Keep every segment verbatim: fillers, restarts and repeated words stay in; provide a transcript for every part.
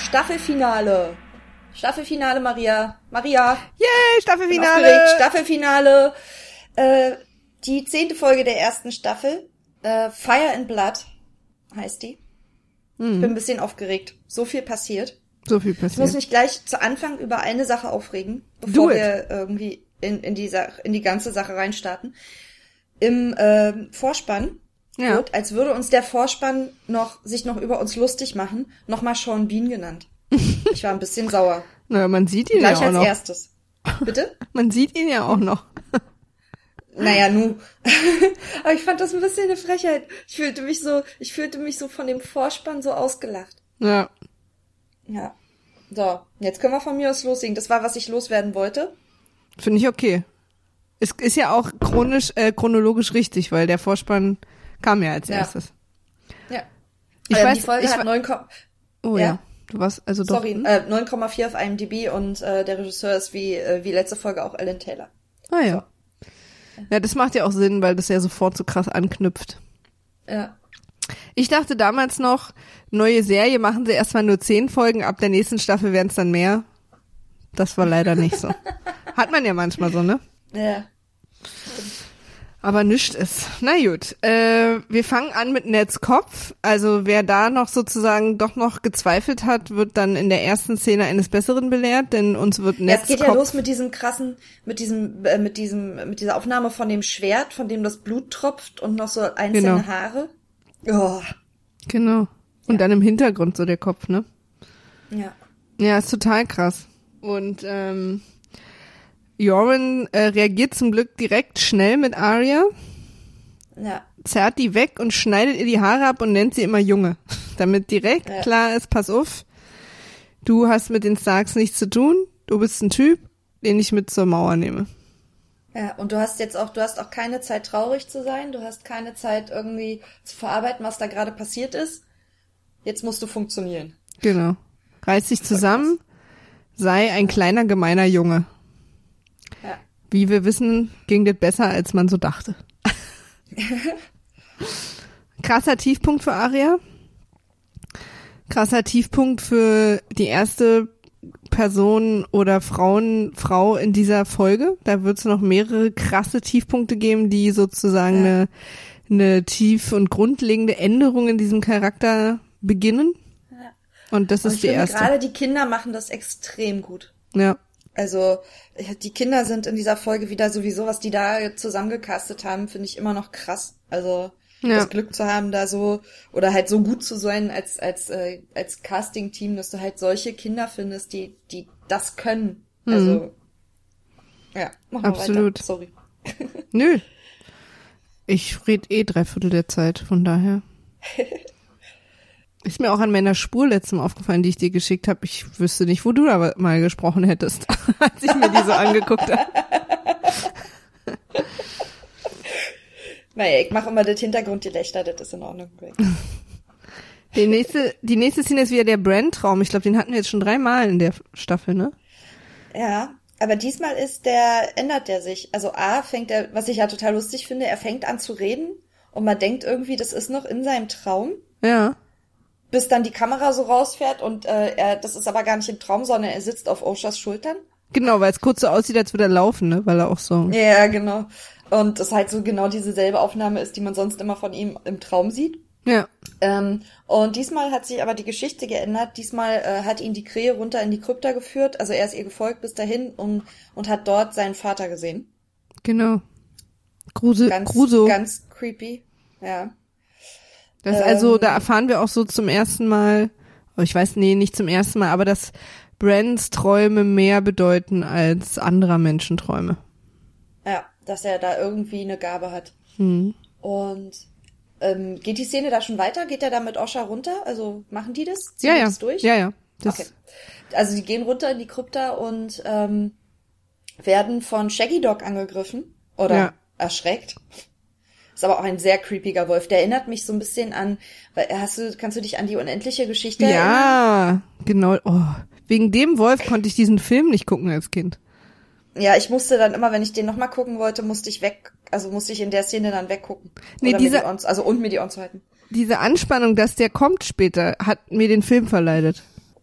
Staffelfinale. Staffelfinale, Maria. Maria. Yay, Staffelfinale. Aufgeregt. Staffelfinale. Äh, die zehnte Folge der ersten Staffel. Äh, Fire and Blood heißt die. Hm. Ich bin ein bisschen aufgeregt. So viel passiert. So viel passiert. Ich muss mich gleich zu Anfang über eine Sache aufregen, bevor wir irgendwie in, in, die Sache, in die ganze Sache reinstarten. Im äh, Vorspann ja. wird, als würde uns der Vorspann noch sich noch über uns lustig machen, nochmal Sean Bean genannt. Ich war ein bisschen sauer. Na, man sieht ihn Gleich ja auch als noch. erstes. Bitte? Man sieht ihn ja auch noch. Naja, nu. Aber ich fand das ein bisschen eine Frechheit. Ich fühlte mich so, ich fühlte mich so von dem Vorspann so ausgelacht. Ja. Ja. So, jetzt können wir von mir aus loslegen. Das war, was ich loswerden wollte. Finde ich okay. Es ist ja auch chronisch, äh, chronologisch richtig, weil der Vorspann kam ja als Ja. erstes. Ja. Ich ähm, weiß, die Folge ich hat wa- neun, Oh ja. ja. Du warst also doch. sorry, hm? äh, neun Komma vier auf I M D B und äh, der Regisseur ist wie äh, wie letzte Folge auch Alan Taylor. Ah ja. Ja, das macht ja auch Sinn, weil das ja sofort so krass anknüpft. Ja. Ich dachte damals noch, neue Serie machen sie erstmal nur zehn Folgen, ab der nächsten Staffel werden es dann mehr. Das war leider nicht so. Hat man ja manchmal so, ne? Ja. Aber nichts ist. Na gut, äh, wir fangen an mit Neds Kopf. Also wer da noch sozusagen doch noch gezweifelt hat, wird dann in der ersten Szene eines Besseren belehrt, denn uns wird Ja, Neds es geht Kopf... ja los mit diesem krassen, mit diesem, äh, mit diesem, mit dieser Aufnahme von dem Schwert, von dem das Blut tropft und noch so einzelne Genau. Haare. Oh. Genau. Und Ja. dann im Hintergrund so der Kopf, ne? Ja. Ja, ist total krass. Und ähm, Joran äh, reagiert zum Glück direkt schnell mit Arya, Ja. zerrt die weg und schneidet ihr die Haare ab und nennt sie immer Junge. Damit direkt Ja. klar ist, pass auf, du hast mit den Starks nichts zu tun, du bist ein Typ, den ich mit zur Mauer nehme. Ja, und du hast jetzt auch, du hast auch keine Zeit traurig zu sein, du hast keine Zeit irgendwie zu verarbeiten, was da gerade passiert ist. Jetzt musst du funktionieren. Genau. Reiß dich zusammen, sei ein kleiner, gemeiner Junge. Ja. Wie wir wissen, ging das besser, als man so dachte. Krasser Tiefpunkt für Arya. Krasser Tiefpunkt für die erste Person oder Frauen, Frau in dieser Folge. Da wird es noch mehrere krasse Tiefpunkte geben, die sozusagen Ja. eine, eine tief und grundlegende Änderung in diesem Charakter beginnen. Ja. Und das Und ist ich die finde, erste. gerade die Kinder machen das extrem gut. Ja. Also, die Kinder sind in dieser Folge wieder sowieso, was die da zusammengecastet haben, finde ich immer noch krass. Also, Ja. das Glück zu haben, da so, oder halt so gut zu sein als, als, äh, als Casting-Team, dass du halt solche Kinder findest, die, die das können. Mhm. Also, ja, mach mal Absolut. weiter. Sorry. Nö. Ich rede eh drei Viertel der Zeit, von daher. Ist mir auch an meiner Spur letztes Mal aufgefallen, die ich dir geschickt habe. Ich wüsste nicht, wo du da mal gesprochen hättest, als ich mir die so angeguckt habe. Naja, ich mache immer das Hintergrundgelächter, das ist in Ordnung. Die nächste, die nächste Szene ist wieder der Bran-Traum. Ich glaube, den hatten wir jetzt schon dreimal in der Staffel, ne? Ja, aber diesmal ist der, ändert der sich. Also A, fängt er, was ich ja total lustig finde, er fängt an zu reden und man denkt irgendwie, das ist noch in seinem Traum. Ja. Bis dann die Kamera so rausfährt und äh, er, das ist aber gar nicht im Traum, sondern er sitzt auf Oshas Schultern. Genau, weil es kurz so aussieht, als würde er laufen, ne? Weil er auch so... Ja, genau. Und das halt so genau dieselbe Aufnahme ist, die man sonst immer von ihm im Traum sieht. Ja. Ähm, und diesmal hat sich aber die Geschichte geändert. Diesmal äh, hat ihn die Krähe runter in die Krypta geführt. Also er ist ihr gefolgt bis dahin und, und hat dort seinen Vater gesehen. Genau. Grusel, Ganz, Gruso. ganz creepy. Ja. Das also, Ähm, da erfahren wir auch so zum ersten Mal, oh, ich weiß, nee, nicht zum ersten Mal, aber dass Brans Träume mehr bedeuten als anderer Menschen Träume. Ja, dass er da irgendwie eine Gabe hat. Hm. Und ähm, geht die Szene da schon weiter? Geht er da mit Osha runter? Also machen die das? Ziehen Ja, die ja. das durch? Ja, ja. Das, Okay. Also die gehen runter in die Krypta und ähm, werden von Shaggy Dog angegriffen oder Ja. erschreckt. Ist aber auch ein sehr creepiger Wolf. Der erinnert mich so ein bisschen an, weil hast du, kannst du dich an die unendliche Geschichte erinnern? Ja, genau. Oh, wegen dem Wolf konnte ich diesen Film nicht gucken als Kind. Ja, ich musste dann immer, wenn ich den nochmal gucken wollte, musste ich weg, also musste ich in der Szene dann weggucken. Nee, Oder dieser- mir die Ons, also und mir die Ons halten. Diese Anspannung, dass der kommt später, hat mir den Film verleidet.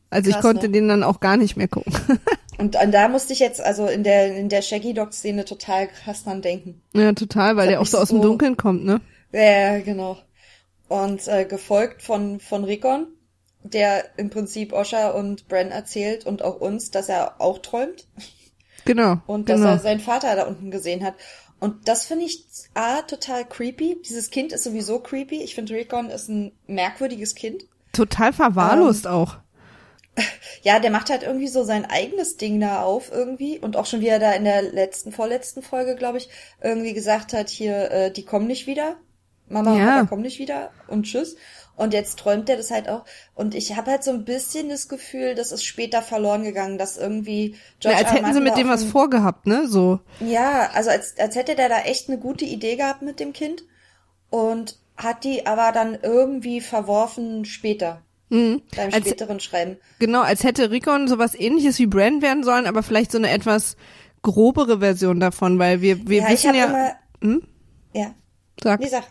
Also Krass, ich konnte ne? den dann auch gar nicht mehr gucken. Und, und da musste ich jetzt also in der in der Shaggy Dog Szene total krass dran denken. Ja, total, weil Das der hat auch so mich aus dem so- Dunkeln kommt, ne? Ja, genau. Und äh, gefolgt von von Rickon, der im Prinzip Osha und Bran erzählt und auch uns, dass er auch träumt Genau. und dass genau. er seinen Vater da unten gesehen hat. Und das finde ich A, total creepy. Dieses Kind ist sowieso creepy. Ich finde, Rickon ist ein merkwürdiges Kind. Total verwahrlost Ähm, auch. Ja, der macht halt irgendwie so sein eigenes Ding da auf irgendwie. Und auch schon wie er da in der letzten, vorletzten Folge, glaube ich, irgendwie gesagt hat, hier, äh, die kommen nicht wieder. Mama und Ja. Papa kommen nicht wieder und tschüss. Und jetzt träumt er das halt auch. Und ich habe halt so ein bisschen das Gefühl, das ist später verloren gegangen, dass irgendwie Ja, George als R. R. hätten sie Martin mit da dem auch was ein- vorgehabt, ne? So. Ja, also als, als hätte der da echt eine gute Idee gehabt mit dem Kind und hat die aber dann irgendwie verworfen später, Mhm. beim Als, späteren Schreiben. genau, als hätte Rickon sowas ähnliches wie Bran werden sollen, aber vielleicht so eine etwas grobere Version davon, weil wir, wir Ja, ich wissen habe ja. immer, Hm? ja, Sag. nee, sag.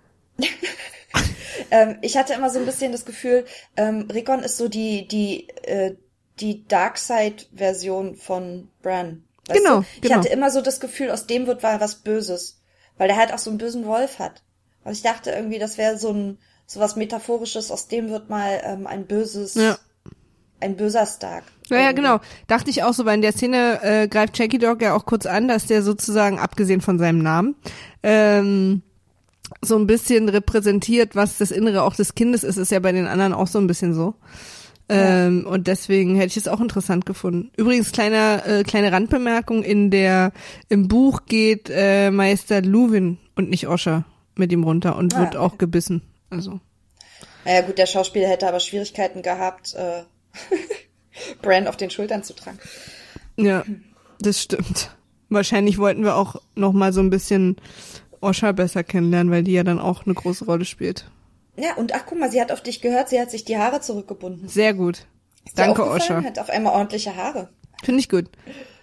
ähm, ich hatte immer so ein bisschen das Gefühl, ähm, Rickon ist so die, die, äh, die Darkseid-Version von Bran. Weißt Genau, du? Ich genau. hatte immer so das Gefühl, aus dem wird mal was Böses. Weil der halt auch so einen bösen Wolf hat. Und ich dachte irgendwie, das wäre so ein, so was Metaphorisches, aus dem wird mal ähm, ein böses, Ja. ein böser Stark. Ja, ja, Irgendwie. genau. Dachte ich auch so, weil in der Szene äh, greift Shaggy Dog ja auch kurz an, dass der sozusagen, abgesehen von seinem Namen, ähm, so ein bisschen repräsentiert, was das Innere auch des Kindes ist, ist ja bei den anderen auch so ein bisschen so. Ähm, ja. Und deswegen hätte ich es auch interessant gefunden. Übrigens, kleiner, äh, kleine Randbemerkung, in der, im Buch geht äh, Meister Luwin und nicht Osha mit ihm runter und Ah, wird okay. auch gebissen. Also. Naja gut, der Schauspieler hätte aber Schwierigkeiten gehabt, äh, Bran auf den Schultern zu tragen. Ja, das stimmt. Wahrscheinlich wollten wir auch noch mal so ein bisschen Osha besser kennenlernen, weil die ja dann auch eine große Rolle spielt. Ja, und ach guck mal, sie hat auf dich gehört, sie hat sich die Haare zurückgebunden. Sehr gut. Ist dir Danke, aufgefallen? Osha. Hat auf einmal ordentliche Haare. Finde ich gut.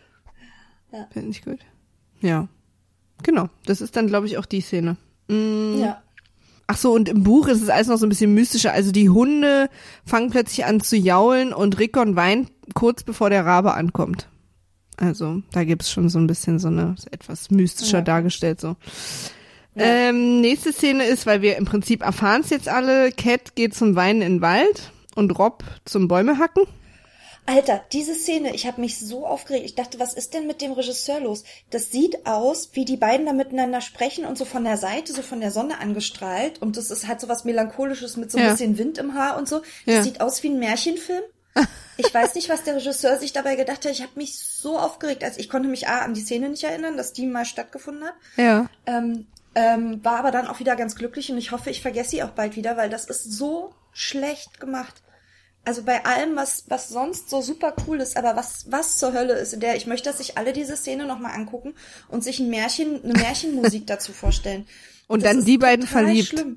Ja. Finde ich gut. Ja. Genau. Das ist dann, glaube ich, auch die Szene. Mm. Ja. Ach so, und im Buch ist es alles noch so ein bisschen mystischer. Also die Hunde fangen plötzlich an zu jaulen und Rickon weint kurz bevor der Rabe ankommt. Also da gibt's schon so ein bisschen so eine etwas mystischer Ja. dargestellt so. Ja. Ähm, nächste Szene ist, weil wir im Prinzip erfahren es jetzt alle, Cat geht zum Weinen in den Wald und Rob zum Bäume hacken. Alter, diese Szene, ich habe mich so aufgeregt. Ich dachte, was ist denn mit dem Regisseur los? Das sieht aus, wie die beiden da miteinander sprechen und so von der Seite, so von der Sonne angestrahlt. Und das ist halt so was Melancholisches mit so ein Ja. bisschen Wind im Haar und so. Das Ja. sieht aus wie ein Märchenfilm. Ich weiß nicht, was der Regisseur sich dabei gedacht hat. Ich habe mich so aufgeregt. Also ich konnte mich A, an die Szene nicht erinnern, dass die mal stattgefunden hat. Ja. Ähm, ähm, war aber dann auch wieder ganz glücklich und ich hoffe, ich vergesse sie auch bald wieder, weil das ist so schlecht gemacht. Also bei allem, was was sonst so super cool ist, aber was was zur Hölle ist, in der ich möchte, dass sich alle diese Szene nochmal angucken und sich ein Märchen, eine Märchenmusik dazu vorstellen. Und Das dann ist die beiden total verliebt. Schlimm.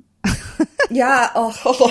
Ja, oh.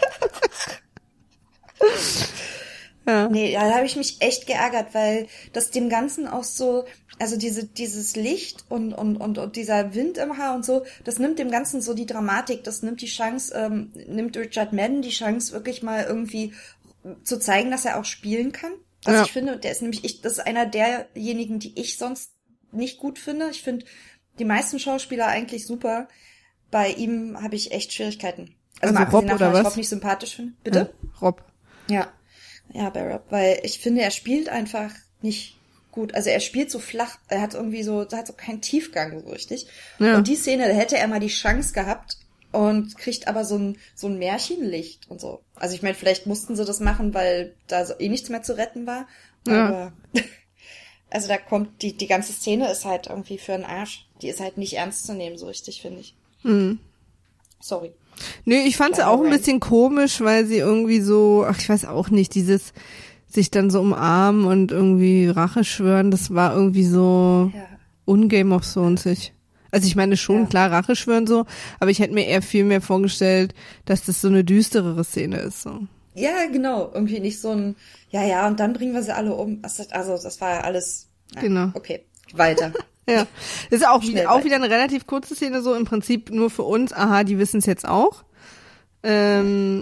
Ja. Nee, da habe ich mich echt geärgert, weil das dem Ganzen auch so, also diese dieses Licht und und und und dieser Wind im Haar und so, das nimmt dem Ganzen so die Dramatik, das nimmt die Chance, ähm, nimmt Richard Madden die Chance wirklich mal irgendwie zu zeigen, dass er auch spielen kann. Was Ja. ich finde, der ist nämlich ich, das ist einer derjenigen, die ich sonst nicht gut finde. Ich finde die meisten Schauspieler eigentlich super. Bei ihm habe ich echt Schwierigkeiten. Also Also, mal abgesehen Rob davon, oder dass ich was? Rob nicht sympathisch finde. Bitte? Ja. Rob. Ja. Ja, bei Rob, weil ich finde, er spielt einfach nicht gut. Also er spielt so flach, er hat irgendwie so, er hat so keinen Tiefgang so richtig. Ja. Und die Szene, da hätte er mal die Chance gehabt und kriegt aber so ein so ein Märchenlicht und so. Also ich meine, vielleicht mussten sie das machen, weil da so eh nichts mehr zu retten war. Ja. Aber also da kommt die die ganze Szene ist halt irgendwie für einen Arsch. Die ist halt nicht ernst zu nehmen so richtig, finde ich. Mhm. Sorry. Nö, ich fand sie Kleiner auch ein Rant. bisschen komisch, weil sie irgendwie so, ach, ich weiß auch nicht, dieses sich dann so umarmen und irgendwie Rache schwören, das war irgendwie so Ja. un-Game of Thrones-ig. Also ich meine schon, Ja. klar, Rache schwören so, aber ich hätte mir eher viel mehr vorgestellt, dass das so eine düsterere Szene ist, so. Ja, genau. Irgendwie nicht so ein, ja, ja, und dann bringen wir sie alle um. Also das war ja alles. Ja, Genau. Okay, weiter. Ja, das ist auch, Schnell auch weiter. wieder eine relativ kurze Szene, so im Prinzip nur für uns, aha, die wissen es jetzt auch. Ähm,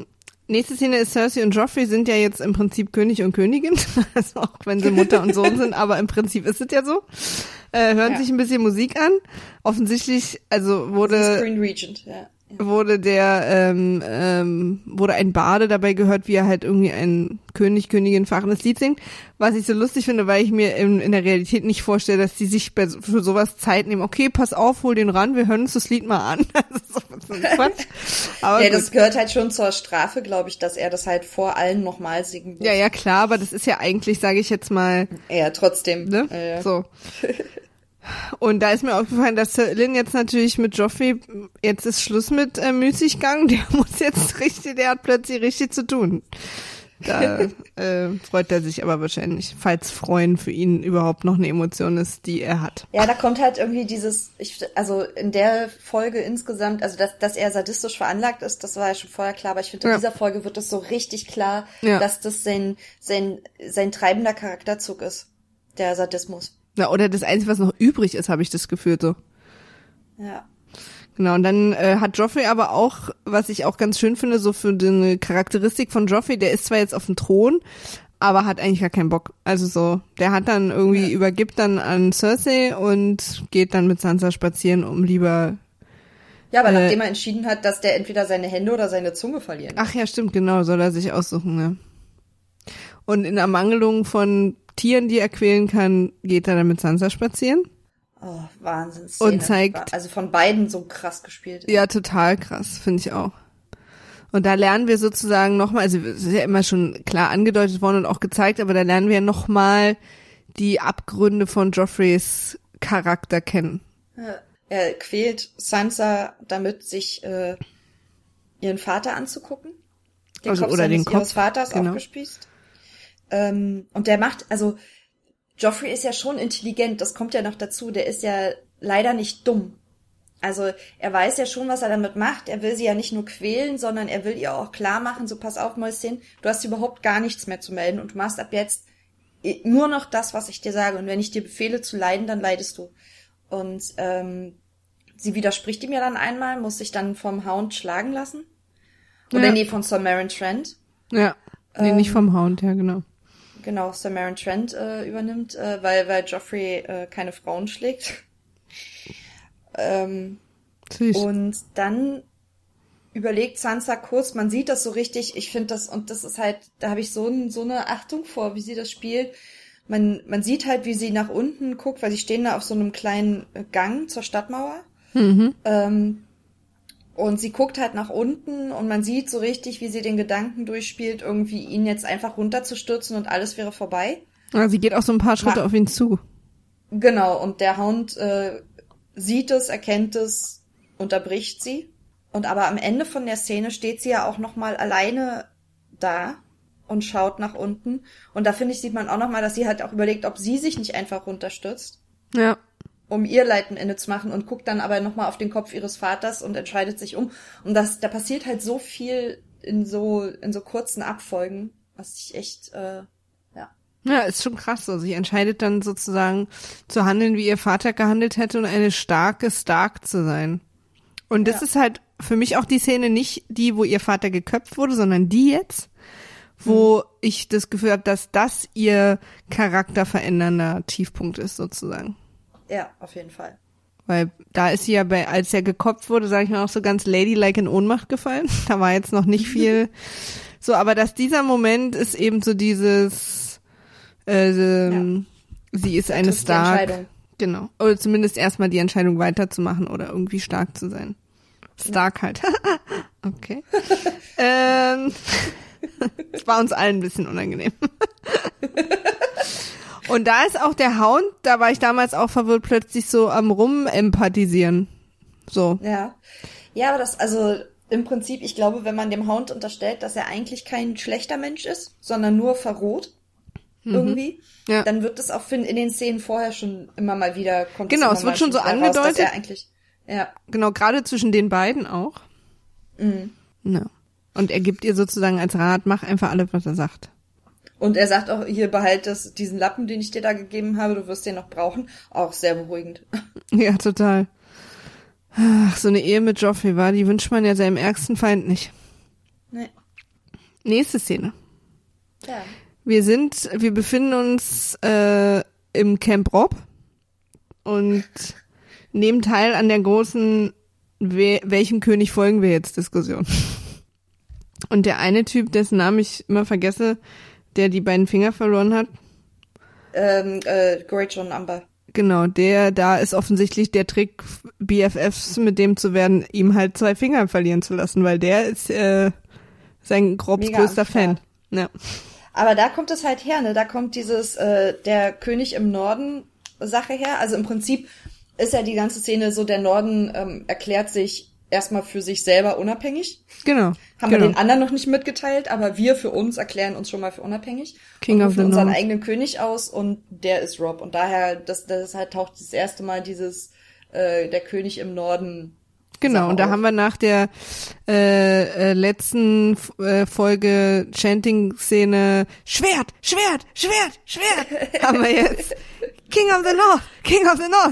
nächste Szene ist Cersei und Joffrey sind ja jetzt im Prinzip König und Königin, also auch wenn sie Mutter und Sohn sind, aber im Prinzip ist es ja so. Äh, hören ja. sich ein bisschen Musik an. Offensichtlich, also wurde Screen Regent, ja. wurde der ähm, ähm, wurde ein Bade dabei gehört, wie er halt irgendwie ein König, Königin fachendes Lied singt, was ich so lustig finde, weil ich mir in, in der Realität nicht vorstelle, dass die sich bei, für sowas Zeit nehmen. Okay, pass auf, hol den ran, wir hören uns das Lied mal an. Das ist so ein Quatsch. Aber ja, gut. Das gehört halt schon zur Strafe, glaube ich, dass er das halt vor allen nochmal singen muss. Ja, ja, klar, aber das ist ja eigentlich, sage ich jetzt mal. Ja, trotzdem. Ne? Ja, ja. So. Und da ist mir aufgefallen, dass Sir Lynn jetzt natürlich mit Joffrey, jetzt ist Schluss mit äh, Müßiggang, der muss jetzt richtig, der hat plötzlich richtig zu tun. Da äh, freut er sich aber wahrscheinlich, falls Freuen für ihn überhaupt noch eine Emotion ist, die er hat. Ja, da kommt halt irgendwie dieses, ich, also in der Folge insgesamt, also dass, dass er sadistisch veranlagt ist, das war ja schon vorher klar, aber ich finde, in ja. dieser Folge wird es so richtig klar, ja. dass das sein, sein, sein treibender Charakterzug ist, der Sadismus. Ja, oder das Einzige, was noch übrig ist, habe ich das Gefühl so. Ja. Genau, und dann äh, hat Joffrey aber auch, was ich auch ganz schön finde, so für die Charakteristik von Joffrey, der ist zwar jetzt auf dem Thron, aber hat eigentlich gar keinen Bock. Also so, der hat dann irgendwie, ja. übergibt dann an Cersei und geht dann mit Sansa spazieren, um lieber... Ja, aber äh, nachdem er entschieden hat, dass der entweder seine Hände oder seine Zunge verlieren Ach ja, stimmt, genau, soll er sich aussuchen, ne? Und in Ermangelung von Tieren, die er quälen kann, geht er dann mit Sansa spazieren. Oh, Wahnsinnsszene. Und zeigt, also von beiden so krass gespielt. Ja, total krass, finde ich auch. Und da lernen wir sozusagen nochmal, also es ist ja immer schon klar angedeutet worden und auch gezeigt, aber da lernen wir nochmal die Abgründe von Joffreys Charakter kennen. Ja, er quält Sansa damit, sich äh, ihren Vater anzugucken. Den also, Kopf oder seines den Kopf, ihres Vaters genau. aufgespießt. Ähm, und der macht, also Joffrey ist ja schon intelligent, das kommt ja noch dazu, der ist ja leider nicht dumm. Also er weiß ja schon, was er damit macht, er will sie ja nicht nur quälen, sondern er will ihr auch klar machen, so pass auf Mäuschen, du hast überhaupt gar nichts mehr zu melden und du machst ab jetzt nur noch das, was ich dir sage und wenn ich dir befehle zu leiden, dann leidest du. Und ähm, sie widerspricht ihm ja dann einmal, muss sich dann vom Hound schlagen lassen. Oder ja. nee, von Sir Meryn Trent. Ja, nee, ähm, nicht vom Hound, ja genau. Genau, Sir Meryn Trent äh, übernimmt, äh, weil weil Joffrey äh, keine Frauen schlägt. ähm, Süß. Und dann überlegt Sansa kurz, man sieht das so richtig, ich finde das, und das ist halt, da habe ich so, ein, so eine Achtung vor, wie sie das spielt. Man, man sieht halt, wie sie nach unten guckt, weil sie stehen da auf so einem kleinen Gang zur Stadtmauer. Mhm. Ähm, Und sie guckt halt nach unten und man sieht so richtig, wie sie den Gedanken durchspielt, irgendwie ihn jetzt einfach runterzustürzen und alles wäre vorbei. Ja, sie geht auch so ein paar Schritte Ma- auf ihn zu. Genau, und der Hound äh, sieht es, erkennt es, unterbricht sie. Und aber am Ende von der Szene steht sie ja auch nochmal alleine da und schaut nach unten. Und da, finde ich, sieht man auch nochmal, dass sie halt auch überlegt, ob sie sich nicht einfach runterstürzt. Ja. Um ihr Leid ein Ende zu machen und guckt dann aber nochmal auf den Kopf ihres Vaters und entscheidet sich um. Und das, da passiert halt so viel in so, in so kurzen Abfolgen, was ich echt, äh, ja. Ja, ist schon krass so. Sie entscheidet dann sozusagen zu handeln, wie ihr Vater gehandelt hätte und eine starke Stark zu sein. Und das ja. ist halt für mich auch die Szene nicht die, wo ihr Vater geköpft wurde, sondern die jetzt, wo mhm. ich das Gefühl habe, dass das ihr charakterverändernder Tiefpunkt ist sozusagen. Ja, auf jeden Fall. Weil da ist sie ja bei, als er gekopft wurde, sage ich mal, auch so ganz ladylike in Ohnmacht gefallen. Da war jetzt noch nicht viel so, aber dass dieser Moment ist eben so dieses, äh, ähm, ja. sie ist eine Stark. Genau. Oder zumindest erstmal die Entscheidung weiterzumachen oder irgendwie stark zu sein. Stark halt. Okay. ähm, das war uns allen ein bisschen unangenehm. Und da ist auch der Hound, da war ich damals auch verwirrt, plötzlich so am Rumempathisieren. So. Ja. Ja, aber das, also im Prinzip, ich glaube, wenn man dem Hound unterstellt, dass er eigentlich kein schlechter Mensch ist, sondern nur verroht, mhm. irgendwie, ja. dann wird das auch in den Szenen vorher schon immer mal wieder, kommt genau, es wird schon so angedeutet. Raus, dass er eigentlich, ja. Genau, gerade zwischen den beiden auch. Mhm. Ja. Und er gibt ihr sozusagen als Rat, mach einfach alles, was er sagt. Und er sagt auch, hier, behalt das, diesen Lappen, den ich dir da gegeben habe, du wirst den noch brauchen. Auch sehr beruhigend. Ja, total. Ach, so eine Ehe mit Joffrey war, die wünscht man ja seinem ärgsten Feind nicht. Nee. nächste Szene. Ja. Wir sind, wir befinden uns äh, im Camp Rob und nehmen teil an der großen we- welchem König folgen wir jetzt Diskussion. Und der eine Typ, dessen Namen ich immer vergesse, der die beiden Finger verloren hat. Ähm, äh, Great John Amber. Genau, der, da ist offensichtlich der Trick, B F Fs mit dem zu werden, ihm halt zwei Finger verlieren zu lassen, weil der ist äh, sein Grobs Mega größter am Start. Fan. Ja. Aber da kommt es halt her, ne? Da kommt dieses äh, der König im Norden Sache her. Also im Prinzip ist ja die ganze Szene so, der Norden ähm, erklärt sich erstmal für sich selber unabhängig. Genau. Haben genau. wir den anderen noch nicht mitgeteilt, aber wir für uns erklären uns schon mal für unabhängig. King und of the rufen unseren North. eigenen König aus und der ist Rob. Und daher, das, das halt taucht das erste Mal dieses äh, der König im Norden. Genau, Sache und da auf. haben wir nach der äh, äh, letzten äh, Folge Chanting-Szene Schwert, Schwert, Schwert, Schwert, haben wir jetzt King of the North, King of the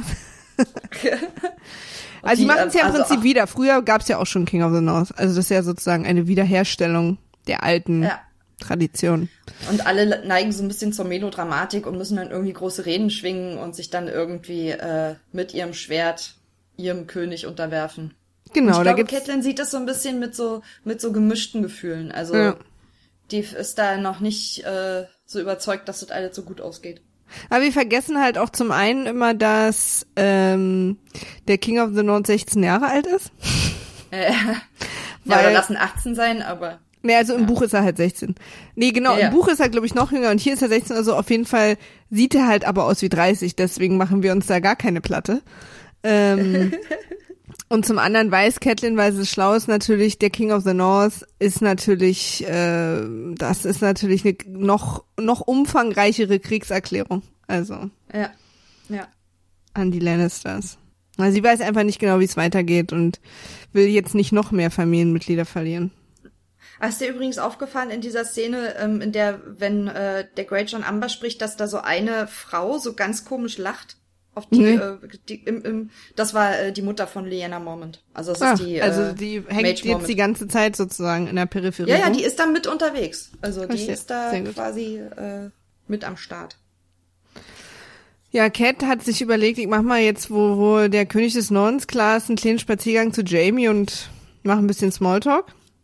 North. Also sie die, machen es ja im also, Prinzip ach. wieder. Früher gab es ja auch schon King of the North. Also das ist ja sozusagen eine Wiederherstellung der alten Ja. Tradition. Und alle neigen so ein bisschen zur Melodramatik und müssen dann irgendwie große Reden schwingen und sich dann irgendwie äh, mit ihrem Schwert ihrem König unterwerfen. Genau, und ich da glaube, gibt's Catelyn sieht das so ein bisschen mit so mit so gemischten Gefühlen. Also Ja. die ist da noch nicht äh, so überzeugt, dass das alles so gut ausgeht. Aber wir vergessen halt auch zum einen immer, dass ähm, der King of the North sechzehn Jahre alt ist. Äh, ja, Weil- oder lassen achtzehn sein, aber Nee, also im Ja. Buch ist er halt sechzehn. Nee, genau, Ja, ja. im Buch ist er, glaube ich, noch jünger und hier ist er sechzehn, also auf jeden Fall sieht er halt aber aus wie dreißig, deswegen machen wir uns da gar keine Platte. Ähm, und zum anderen weiß Catelyn, weil sie schlau ist, natürlich, der King of the North ist natürlich, äh, das ist natürlich eine noch, noch umfangreichere Kriegserklärung, also ja, ja. an die Lannisters. Also sie weiß einfach nicht genau, wie es weitergeht und will jetzt nicht noch mehr Familienmitglieder verlieren. Ist dir übrigens aufgefallen in dieser Szene, ähm, in der, wenn äh, der Great John Amber spricht, dass da so eine Frau so ganz komisch lacht? Auf die, Nee. äh, die im, im, das war äh, die Mutter von Lyanna Mormont. Also das Ah, ist die. also äh, die hängt Mage jetzt Mormont. die ganze Zeit sozusagen in der Peripherie. Ja, ja, rum. die ist da mit unterwegs. Also die Verstehe. ist da Sehr gut. quasi äh, mit am Start. Ja, Cat hat sich überlegt, ich mach mal jetzt, wo, wo der König des Nordens klar ist, einen kleinen Spaziergang zu Jamie und mach ein bisschen Smalltalk.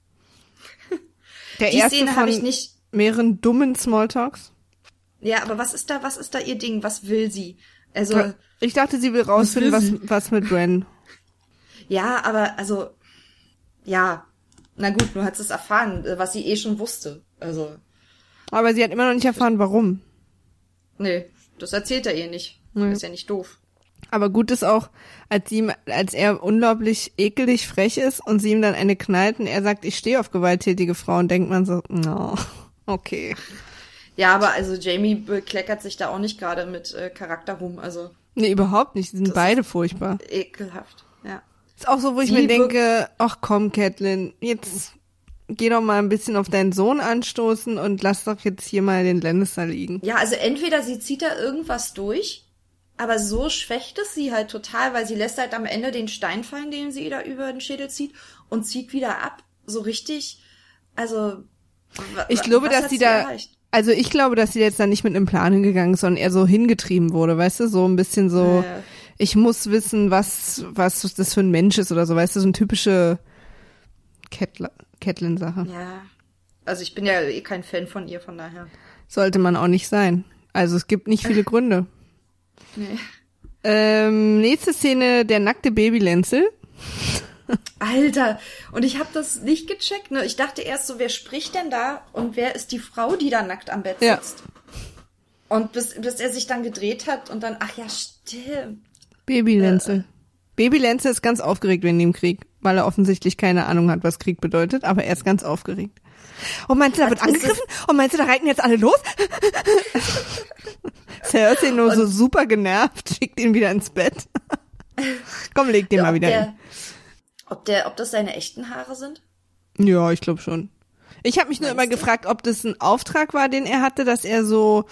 Der Die erste Szene von habe ich nicht. mehreren dummen Smalltalks. Ja, aber was ist da, was ist da ihr Ding? Was will sie? Also, Ich dachte, sie will rausfinden, was, Was will was mit Bran. ja, aber also, ja. Na gut, nur hat sie es erfahren, äh, was sie eh schon wusste. Also, Aber sie hat immer noch nicht erfahren, warum. nee, das erzählt er ihr nicht. Nee. Ist ja nicht doof. Aber gut ist auch, als sie, ihm- als er unglaublich ekelig frech ist und sie ihm dann eine knallt und er sagt, ich stehe auf gewalttätige Frauen, denkt man so, no, okay. Ja, aber also Jamie bekleckert sich da auch nicht gerade mit äh, Charakterruhm, also Nee, überhaupt nicht. Sie sind Das beide furchtbar. ekelhaft, ja. Ist auch so, wo ich Sie mir wirkt- denke, ach komm, Catelyn, jetzt geh doch mal ein bisschen auf deinen Sohn anstoßen und lass doch jetzt hier mal den Lannister liegen. Ja, also entweder sie zieht da irgendwas durch, aber so schwächt es sie halt total, weil sie lässt halt am Ende den Stein fallen, den sie da über den Schädel zieht und zieht wieder ab. So richtig, also wa- Ich glaube, was dass hat sie da, erreicht? also ich glaube, dass sie jetzt da nicht mit einem Plan hingegangen ist, sondern eher so hingetrieben wurde, weißt du, so ein bisschen so, Ja. ich muss wissen, was, was das für ein Mensch ist oder so, weißt du, so eine typische Catelyn- Catelyn-Sache. Ja, also ich bin ja eh kein Fan von ihr, von daher. Sollte man auch nicht sein. Also es gibt nicht viele Gründe. Nee. Ähm, nächste Szene, der nackte Baby-Lenzel. Alter, und ich habe das nicht gecheckt, ne? Ich dachte erst so, wer spricht denn da und wer ist die Frau, die da nackt am Bett Ja. sitzt? Und bis, bis er sich dann gedreht hat und dann, ach ja, stimmt. Baby-Lenzel. Baby-Lenzel ist ganz aufgeregt wegen dem Krieg, weil er offensichtlich keine Ahnung hat, was Krieg bedeutet, aber er ist ganz aufgeregt. Und meinst du, da wird Was ist angegriffen? Und meinst du, da reiten jetzt alle los? Cersei nur so super genervt, schickt ihn wieder ins Bett. Komm, leg den Ja, mal ob wieder der, hin. ob der, ob das seine echten Haare sind? Ja, ich glaube schon. Ich habe mich nur Meinst immer du? gefragt, ob das ein Auftrag war, den er hatte, dass er so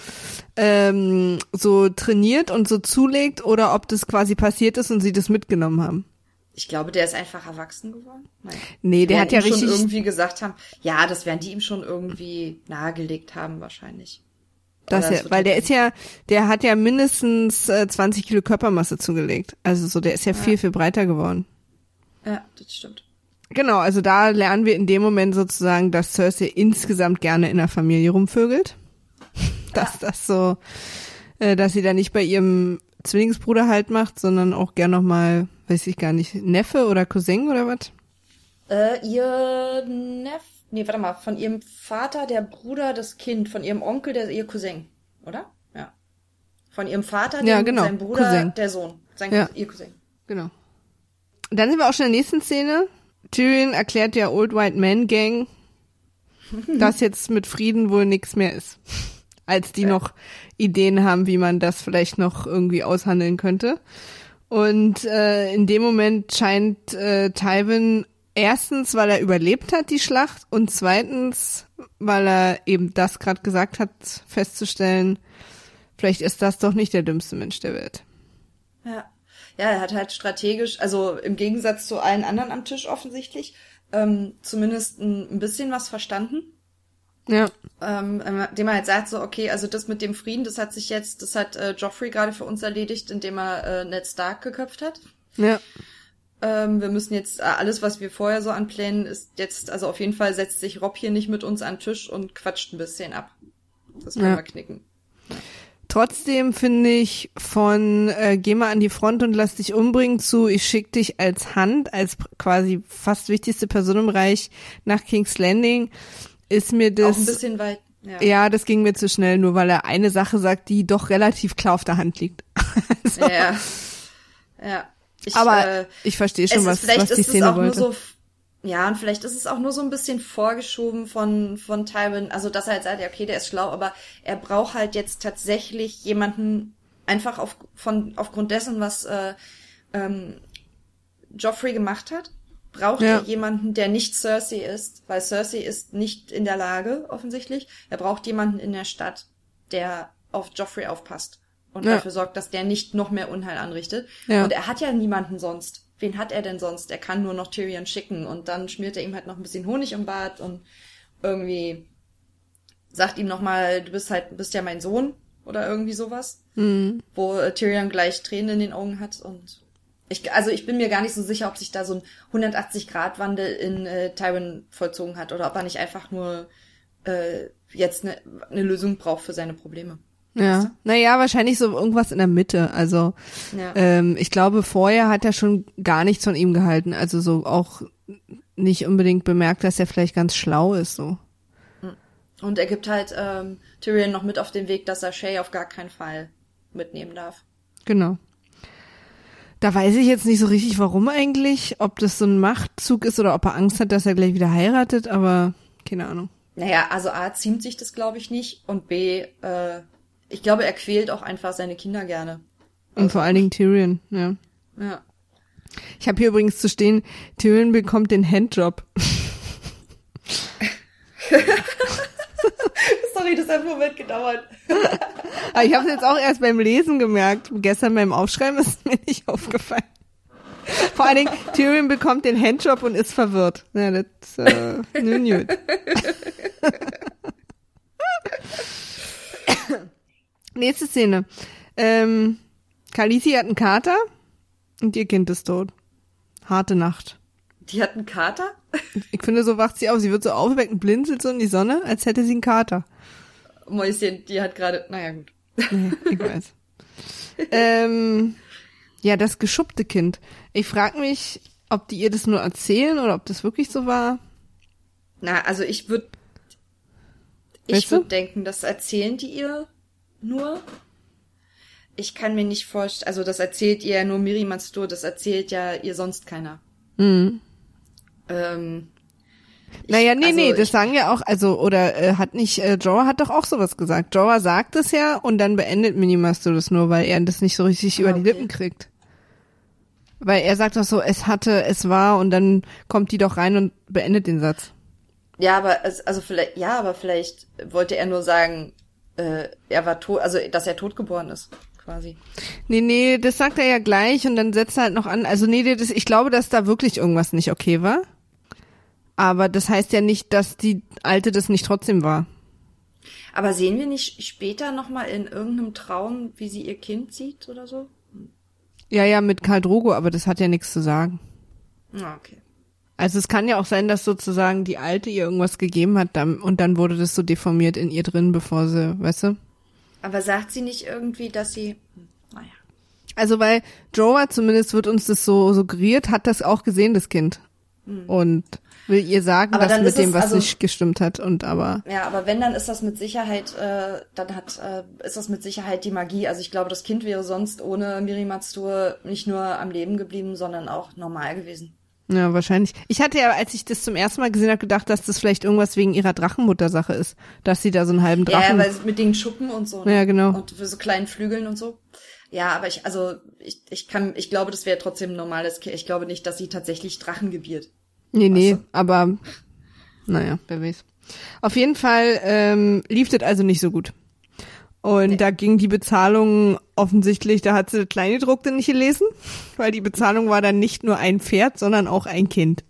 ähm, so trainiert und so zulegt oder ob das quasi passiert ist und sie das mitgenommen haben. Ich glaube, der ist einfach erwachsen geworden. Nein. Nee, der hat ja richtig... schon irgendwie gesagt haben, ja, das werden die ihm schon irgendwie nahegelegt haben wahrscheinlich. Das ja, weil der ist ja, der hat ja mindestens äh, zwanzig Kilo Körpermasse zugelegt. Also so, der ist ja, ja viel, viel breiter geworden. Ja, das stimmt. Genau, also da lernen wir in dem Moment sozusagen, dass Cersei insgesamt gerne in der Familie rumvögelt. Dass ja. das so, äh, dass sie da nicht bei ihrem Zwillingsbruder halt macht, sondern auch gern nochmal, weiß ich gar nicht, Neffe oder Cousin oder was? Äh, ihr Neffe, nee, warte mal, von ihrem Vater, der Bruder, das Kind, von ihrem Onkel, der ihr Cousin, oder? Ja. Von ihrem Vater, dem, ja, genau. sein Bruder, Cousin. Der Sohn, sein ja. ihr Cousin. Genau. Dann sind wir auch schon in der nächsten Szene. Tyrion erklärt der Old White Man Gang, dass jetzt mit Frieden wohl nichts mehr ist. Als die ja. noch Ideen haben, wie man das vielleicht noch irgendwie aushandeln könnte. Und äh, in dem Moment scheint äh, Tywin erstens, weil er überlebt hat, die Schlacht, und zweitens, weil er eben das gerade gesagt hat, festzustellen, vielleicht ist das doch nicht der dümmste Mensch der Welt. Ja. Ja, er hat halt strategisch, also im Gegensatz zu allen anderen am Tisch offensichtlich, ähm, zumindest ein, ein bisschen was verstanden. Ja. Ähm, indem er halt sagt so, okay, also das mit dem Frieden, das hat sich jetzt, das hat äh, Joffrey gerade für uns erledigt, indem er äh, Ned Stark geköpft hat. Ja. Ähm, wir müssen jetzt, äh, alles, was wir vorher so an Plänen ist jetzt, also auf jeden Fall setzt sich Robb hier nicht mit uns an den Tisch und quatscht ein bisschen ab. Das können ja. wir knicken. Trotzdem finde ich von äh, geh mal an die Front und lass dich umbringen zu ich schick dich als Hand, als quasi fast wichtigste Person im Reich nach King's Landing, ist mir das... Auch ein bisschen weit, ja. Ja, das ging mir zu schnell, nur weil er eine Sache sagt, die doch relativ klar auf der Hand liegt. so. Ja, ja. Ich, Aber äh, ich verstehe schon, was, was die ist Szene auch wollte. Nur so, ja, und vielleicht ist es auch nur so ein bisschen vorgeschoben von von Tywin, also dass er halt sagt, ja, okay, der ist schlau, aber er braucht halt jetzt tatsächlich jemanden, einfach auf von aufgrund dessen, was äh, ähm, Joffrey gemacht hat, braucht ja. er jemanden, der nicht Cersei ist, weil Cersei ist nicht in der Lage, offensichtlich. Er braucht jemanden in der Stadt, der auf Joffrey aufpasst und ja. dafür sorgt, dass der nicht noch mehr Unheil anrichtet. Ja. Und er hat ja niemanden sonst. Wen hat er denn sonst? Er kann nur noch Tyrion schicken und dann schmiert er ihm halt noch ein bisschen Honig im Bart und irgendwie sagt ihm nochmal, du bist halt, bist ja mein Sohn oder irgendwie sowas. Mhm. Wo äh, Tyrion gleich Tränen in den Augen hat und ich, also ich bin mir gar nicht so sicher, ob sich da so ein hundertachtzig-Grad-Wandel in äh, Tywin vollzogen hat oder ob er nicht einfach nur äh, jetzt eine ne Lösung braucht für seine Probleme. Ja, weißt du? Naja, wahrscheinlich so irgendwas in der Mitte. Also ja. ähm, ich glaube, vorher hat er schon gar nichts von ihm gehalten. Also so auch nicht unbedingt bemerkt, dass er vielleicht ganz schlau ist. So. Und er gibt halt ähm, Tyrion noch mit auf den Weg, dass er Shay auf gar keinen Fall mitnehmen darf. Genau. Da weiß ich jetzt nicht so richtig, warum eigentlich. Ob das so ein Machtzug ist oder ob er Angst hat, dass er gleich wieder heiratet. Aber keine Ahnung. Naja, also A, ziemt sich das, glaube ich, nicht. Und B, äh, ich glaube, er quält auch einfach seine Kinder gerne. Also, und vor allen Dingen Tyrion, ja. Ja. Ich habe hier übrigens zu stehen, Tyrion bekommt den Handjob. Sorry, das hat einen Moment gedauert. Aber ich habe es jetzt auch erst beim Lesen gemerkt. Gestern beim Aufschreiben ist es mir nicht aufgefallen. Vor allen Dingen, Tyrion bekommt den Handjob und ist verwirrt. Ja, das äh, nun gut. Nächste Szene. Ähm, Khaleesi hat einen Kater und ihr Kind ist tot. Harte Nacht. Die hat einen Kater? Ich finde, so wacht sie auf. Sie wird so aufgeweckt und blinzelt so in die Sonne, als hätte sie einen Kater. Mäuschen, die hat gerade, naja gut. Nee, ich weiß. ähm, ja, das geschuppte Kind. Ich frage mich, ob die ihr das nur erzählen oder ob das wirklich so war. Na, also ich würde ich würde denken, das erzählen die ihr nur. Ich kann mir nicht vorstellen, also das erzählt ihr ja nur Mirri Mastur, das erzählt ja ihr sonst keiner. Mhm. Ähm, naja, nee, also nee, das ich, sagen ja auch, also, oder äh, hat nicht, äh, Jorah hat doch auch sowas gesagt. Jorah sagt es ja und dann beendet Mirri Mastur das nur, weil er das nicht so richtig ah, über die okay. Lippen kriegt. Weil er sagt doch so, es hatte, es war und dann kommt die doch rein und beendet den Satz. Ja, aber es, also vielleicht, ja, aber vielleicht wollte er nur sagen, äh, er war tot, also dass er tot geboren ist, quasi. Nee, nee, das sagt er ja gleich und dann setzt er halt noch an. Also nee, das, ich glaube, dass da wirklich irgendwas nicht okay war. Aber das heißt ja nicht, dass die Alte das nicht trotzdem war. Aber sehen wir nicht später nochmal in irgendeinem Traum, wie sie ihr Kind sieht oder so? Ja, ja, mit Khal Drogo, aber das hat ja nichts zu sagen. Ah, okay. Also es kann ja auch sein, dass sozusagen die Alte ihr irgendwas gegeben hat dann, und dann wurde das so deformiert in ihr drin, bevor sie, weißt du? Aber sagt sie nicht irgendwie, dass sie, hm, naja. Also weil Jorah, zumindest wird uns das so suggeriert, hat das auch gesehen, das Kind. Hm. Und will ihr sagen, aber dass mit dem was also, nicht gestimmt hat und aber. Ja, aber wenn, dann ist das mit Sicherheit, äh, dann hat, äh, ist das mit Sicherheit die Magie. Also ich glaube, das Kind wäre sonst ohne Mirri Mazdur nicht nur am Leben geblieben, sondern auch normal gewesen. Ja, wahrscheinlich. Ich hatte ja, als ich das zum ersten Mal gesehen habe, gedacht, dass das vielleicht irgendwas wegen ihrer Drachenmutter-Sache ist. Dass sie da so einen halben Drachen... Ja, weil mit den Schuppen und so. Ne? Ja, genau. Und für so kleinen Flügeln und so. Ja, aber ich, also, ich, ich kann, ich glaube, das wäre trotzdem ein normales Kind. Ich glaube nicht, dass sie tatsächlich Drachen gebiert. Nee, nee, weißt du? aber, naja, wer weiß. Auf jeden Fall ähm, lief das also nicht so gut. Und nee. Da ging die Bezahlung offensichtlich, da hat sie das Kleingedruckte nicht gelesen, weil die Bezahlung war dann nicht nur ein Pferd, sondern auch ein Kind.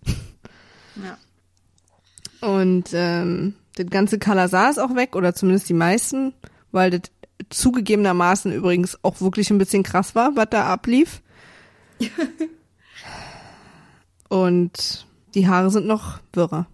Ja. Und ähm, das ganze Kalasar ist auch weg, oder zumindest die meisten, weil das zugegebenermaßen übrigens auch wirklich ein bisschen krass war, was da ablief. Und die Haare sind noch wirrer.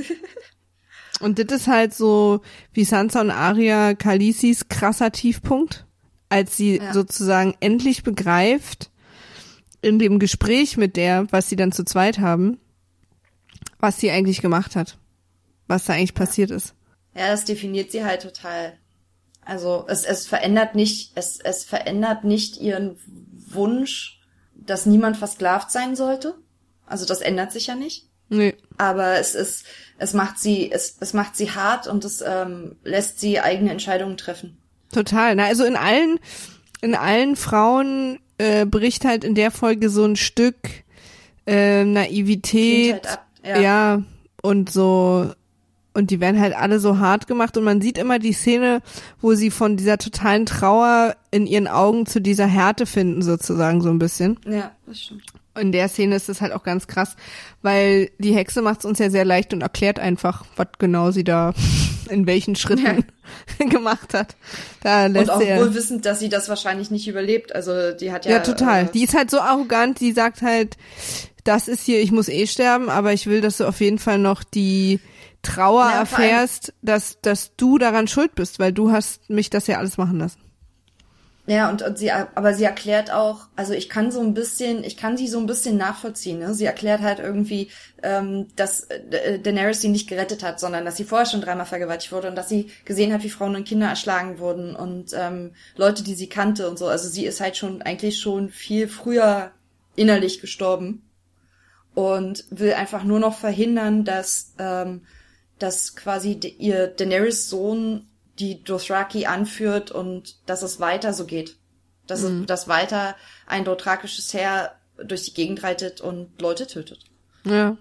Und das ist halt so wie Sansa und Arya Khaleesis krasser Tiefpunkt, als sie ja. sozusagen endlich begreift, in dem Gespräch mit der, was sie dann zu zweit haben, was sie eigentlich gemacht hat, was da eigentlich ja. passiert ist. Ja, das definiert sie halt total. Also es, es verändert nicht, es, es verändert nicht ihren Wunsch, dass niemand versklavt sein sollte. Also das ändert sich ja nicht. Nee. Aber es ist, es macht sie, es, es macht sie hart und es ähm, lässt sie eigene Entscheidungen treffen. Total. Na, also in allen, in allen Frauen äh, bricht halt in der Folge so ein Stück äh, Naivität, ab, ja. ja, und so, und die werden halt alle so hart gemacht und man sieht immer die Szene, wo sie von dieser totalen Trauer in ihren Augen zu dieser Härte finden, sozusagen, so ein bisschen. Ja, das stimmt. In der Szene ist es halt auch ganz krass, weil die Hexe macht es uns ja sehr leicht und erklärt einfach, was genau sie da in welchen Schritten ja. gemacht hat. Da lässt und auch sie wohl wissend, dass sie das wahrscheinlich nicht überlebt. Also die hat ja... Ja, total. Äh, die ist halt so arrogant, die sagt halt, das ist hier, ich muss eh sterben, aber ich will, dass du auf jeden Fall noch die Trauer ja, erfährst, dass, dass du daran schuld bist, weil du hast mich das ja alles machen lassen. Ja, und, und sie, aber sie erklärt auch, also ich kann so ein bisschen, ich kann sie so ein bisschen nachvollziehen, ne? Sie erklärt halt irgendwie, ähm, dass äh, Daenerys sie nicht gerettet hat, sondern dass sie vorher schon dreimal vergewaltigt wurde und dass sie gesehen hat, wie Frauen und Kinder erschlagen wurden und ähm, Leute, die sie kannte und so. Also sie ist halt schon, eigentlich schon viel früher innerlich gestorben und will einfach nur noch verhindern, dass, ähm, dass quasi de- ihr Daenerys Sohn die Dothraki anführt und dass es weiter so geht. Dass, mhm. es, dass weiter ein dothrakisches Heer durch die Gegend reitet und Leute tötet. Ja.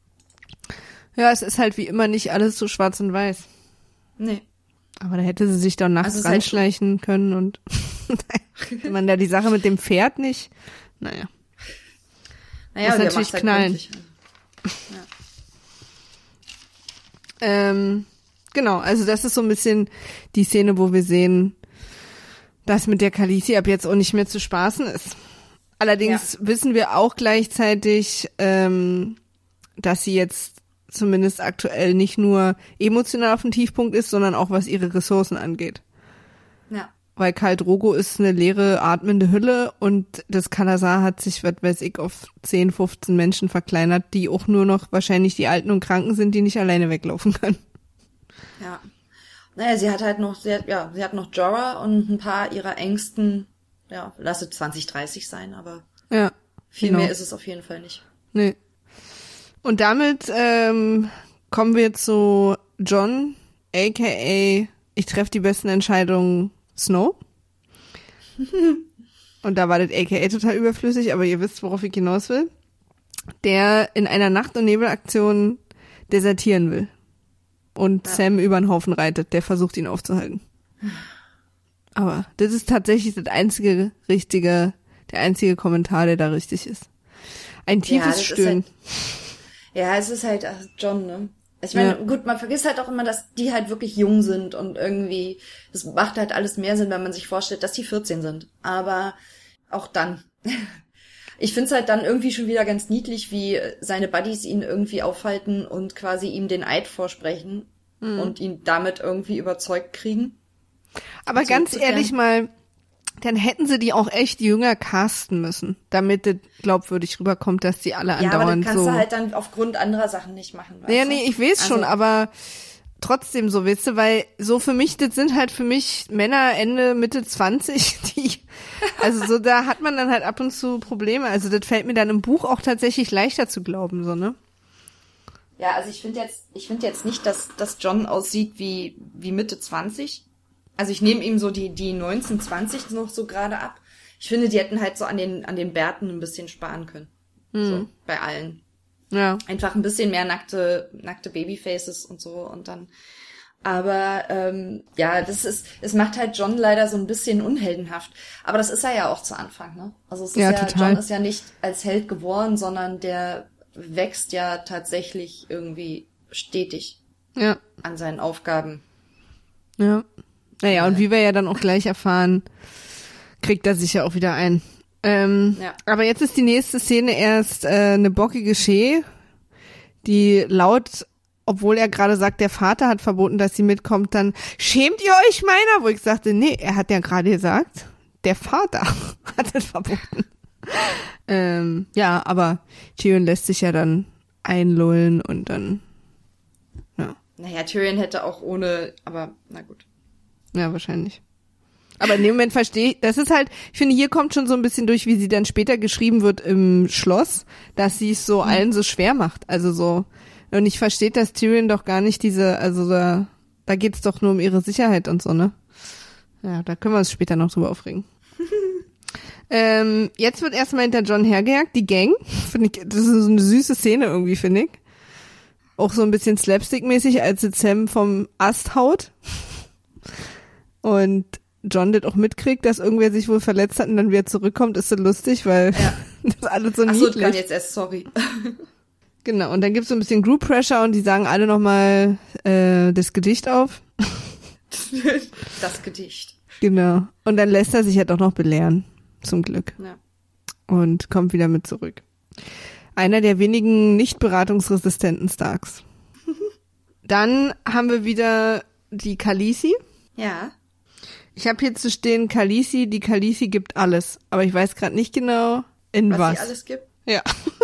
Ja, es ist halt wie immer nicht alles so schwarz und weiß. Nee. Aber da hätte sie sich doch nachts also ranschleichen halt können und man da die Sache mit dem Pferd nicht. Naja. Naja, muss natürlich halt knallen. Ja. Ähm, genau, also das ist so ein bisschen die Szene, wo wir sehen, dass mit der Khaleesi ab jetzt auch nicht mehr zu spaßen ist. Allerdings ja. wissen wir auch gleichzeitig, ähm, dass sie jetzt zumindest aktuell nicht nur emotional auf dem Tiefpunkt ist, sondern auch was ihre Ressourcen angeht. Ja. Weil Khal Drogo ist eine leere, atmende Hülle und das Kalasar hat sich, was weiß ich, auf zehn, fünfzehn Menschen verkleinert, die auch nur noch wahrscheinlich die Alten und Kranken sind, die nicht alleine weglaufen können. Ja. Naja, sie hat halt noch, sie hat, ja, sie hat noch Jorah und ein paar ihrer engsten, ja, lass es zwanzig, dreißig sein, aber ja, viel genau. mehr ist es auf jeden Fall nicht. Nee. Und damit ähm, kommen wir zu Jon, aka ich treffe die besten Entscheidungen Snow. Und da war das A K A total überflüssig, aber ihr wisst, worauf ich hinaus will. Der in einer Nacht- und Nebelaktion desertieren will. Und ja. Sam über den Haufen reitet, der versucht ihn aufzuhalten. Aber das ist tatsächlich das einzige richtige, der einzige Kommentar, der da richtig ist. Ein tiefes ja, Stöhnen. Halt, ja, es ist halt ach, John, ne? Ich meine, ja. gut, man vergisst halt auch immer, dass die halt wirklich jung sind und irgendwie, das macht halt alles mehr Sinn, wenn man sich vorstellt, dass die vierzehn sind. Aber auch dann. Ich find's halt dann irgendwie schon wieder ganz niedlich, wie seine Buddies ihn irgendwie aufhalten und quasi ihm den Eid vorsprechen mhm. und ihn damit irgendwie überzeugt kriegen. Aber ganz ehrlich mal, dann hätten sie die auch echt jünger casten müssen, damit es glaubwürdig rüberkommt, dass die alle andauernd so... Ja, aber das kannst so du halt dann aufgrund anderer Sachen nicht machen. Weißt ja, du? nee, ich weiß also, schon, aber trotzdem so, weißt du, weil so für mich, das sind halt für mich Männer Ende, Mitte zwanzig, die... Also so, da hat man dann halt ab und zu Probleme. Also das fällt mir dann im Buch auch tatsächlich leichter zu glauben, so, ne? Ja, also ich finde jetzt, ich finde jetzt nicht, dass, dass John aussieht wie, wie Mitte zwanzig. Also ich nehme ihm so die, die neunzehn, zwanzig noch so gerade ab. Ich finde, die hätten halt so an den, an den Bärten ein bisschen sparen können. Hm. So, bei allen. Ja. Einfach ein bisschen mehr nackte, nackte Babyfaces und so und dann, aber, ähm, ja, das ist, es macht halt John leider so ein bisschen unheldenhaft. Aber das ist er ja auch zu Anfang, ne? Also es ist ja, ja, total. John ist ja nicht als Held geboren, sondern der wächst ja tatsächlich irgendwie stetig. Ja. An seinen Aufgaben. Ja. Naja, und wie wir ja dann auch gleich erfahren, kriegt er sich ja auch wieder ein. Ähm, ja. Aber jetzt ist die nächste Szene erst äh, eine bockige Shea, die laut, obwohl er gerade sagt, der Vater hat verboten, dass sie mitkommt, dann schämt ihr euch meiner? Wo ich sagte, nee, er hat ja gerade gesagt, der Vater hat es verboten. ähm, ja, aber Tyrion lässt sich ja dann einlullen und dann, ja. Naja, Tyrion hätte auch ohne, aber na gut. Ja, wahrscheinlich. Aber in dem Moment verstehe ich, das ist halt, ich finde, hier kommt schon so ein bisschen durch, wie sie dann später geschrieben wird im Schloss, dass sie es so mhm. allen so schwer macht. Also so, und ich verstehe, dass Tyrion doch gar nicht diese, also da, da geht's doch nur um ihre Sicherheit und so, ne? Ja, da können wir uns später noch drüber aufregen. ähm, jetzt wird erstmal hinter John hergejagt, die Gang, finde ich, das ist so eine süße Szene irgendwie, finde ich. Auch so ein bisschen Slapstick-mäßig, als jetzt Sam vom Ast haut. Und John das auch mitkriegt, dass irgendwer sich wohl verletzt hat und dann wieder zurückkommt, ist so lustig, weil ja. das ist alles so Ach niedlich. Ach so, kann jetzt erst, sorry. Genau, und dann gibt's so ein bisschen Group Pressure und die sagen alle nochmal äh, das Gedicht auf. Das Gedicht. Genau. Und dann lässt er sich ja doch noch belehren, zum Glück. Ja. Und kommt wieder mit zurück. Einer der wenigen nicht beratungsresistenten Starks. Dann haben wir wieder die Khaleesi. Ja. Ich habe hier zu stehen, Khaleesi, die Khaleesi gibt alles. Aber ich weiß gerade nicht genau, in was. Was sie alles gibt? Ja.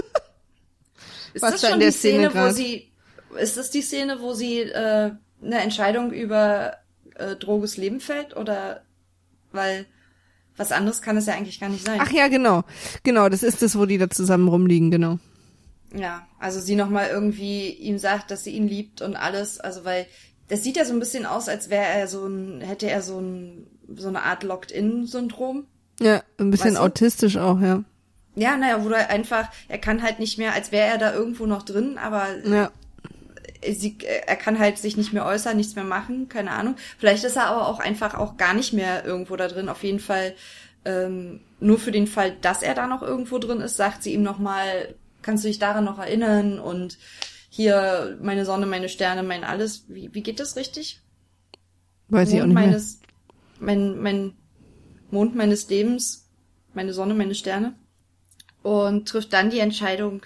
Ist was das da schon in der die Szene, Szene wo sie, ist das die Szene, wo sie äh, eine Entscheidung über äh, Droges Leben fällt? Oder, weil was anderes kann es ja eigentlich gar nicht sein. Ach ja, genau. Genau, das ist das, wo die da zusammen rumliegen, genau. Ja, also sie nochmal irgendwie ihm sagt, dass sie ihn liebt und alles, also weil das sieht ja so ein bisschen aus, als wäre er so ein, hätte er so ein, so eine Art Locked-In-Syndrom. Ja, ein bisschen weißt du? Autistisch auch, ja. Ja, naja, wo er einfach, er kann halt nicht mehr, als wäre er da irgendwo noch drin, aber ja. sie, er kann halt sich nicht mehr äußern, nichts mehr machen, keine Ahnung. Vielleicht ist er aber auch einfach auch gar nicht mehr irgendwo da drin. Auf jeden Fall, ähm, nur für den Fall, dass er da noch irgendwo drin ist, sagt sie ihm nochmal, kannst du dich daran noch erinnern und hier meine Sonne, meine Sterne, mein alles. Wie, wie geht das richtig? Weiß Mond ich auch nicht meines, mehr. Mein, mein Mond meines Lebens, meine Sonne, meine Sterne. Und trifft dann die Entscheidung,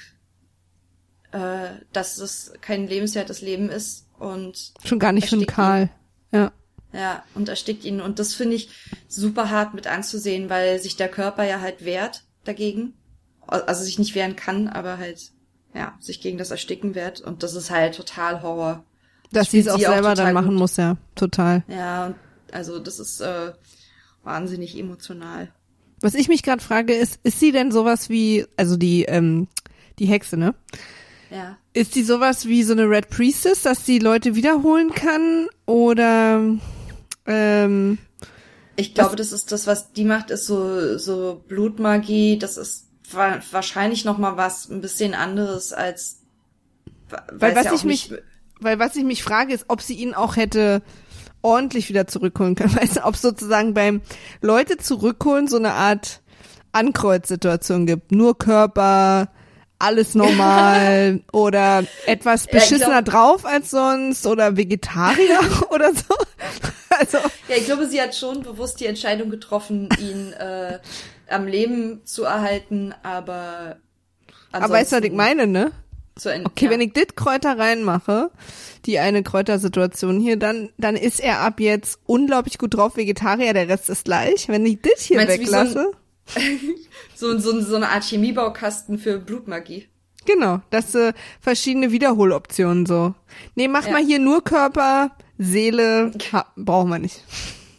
äh, dass es kein lebenswertes Leben ist und schon gar nicht von Karl. Ja. Ja, und erstickt ihn. Und das finde ich super hart mit anzusehen, weil sich der Körper ja halt wehrt dagegen. Also sich nicht wehren kann, aber halt, ja, sich gegen das Ersticken wehrt. Und das ist halt total Horror. Dass sie es auch selber dann machen gut. muss, ja, total. Ja, und also das ist äh, wahnsinnig emotional. Was ich mich gerade frage, ist, ist sie denn sowas wie, also die, ähm, die Hexe, ne? Ja. Ist die sowas wie so eine Red Priestess, dass sie Leute wiederholen kann? Oder, ähm, ich glaube, das ist das, was die macht, ist so, so Blutmagie. Das ist wa- wahrscheinlich noch mal was ein bisschen anderes als, weil was ja ich mich, weil was ich mich frage, ist, ob sie ihn auch hätte ordentlich wieder zurückholen können. Weißt du, ob sozusagen beim Leute zurückholen so eine Art Ankreuzsituation gibt. Nur Körper, alles normal oder etwas beschissener ja, glaub, drauf als sonst oder Vegetarier oder so. Also ja, ich glaube, sie hat schon bewusst die Entscheidung getroffen, ihn äh, am Leben zu erhalten, aber aber weißt du, was ich meine, ne? Zu Ende, okay, ja. Wenn ich dit Kräuter reinmache, die eine Kräutersituation hier, dann dann ist er ab jetzt unglaublich gut drauf, Vegetarier, der Rest ist gleich. Wenn ich dit hier Meinst weglasse... So, so, so eine Art Chemiebaukasten für Blutmagie. Genau, das äh, verschiedene Wiederholoptionen so. Nee, mach ja. mal hier nur Körper, Seele, ha, brauchen wir nicht.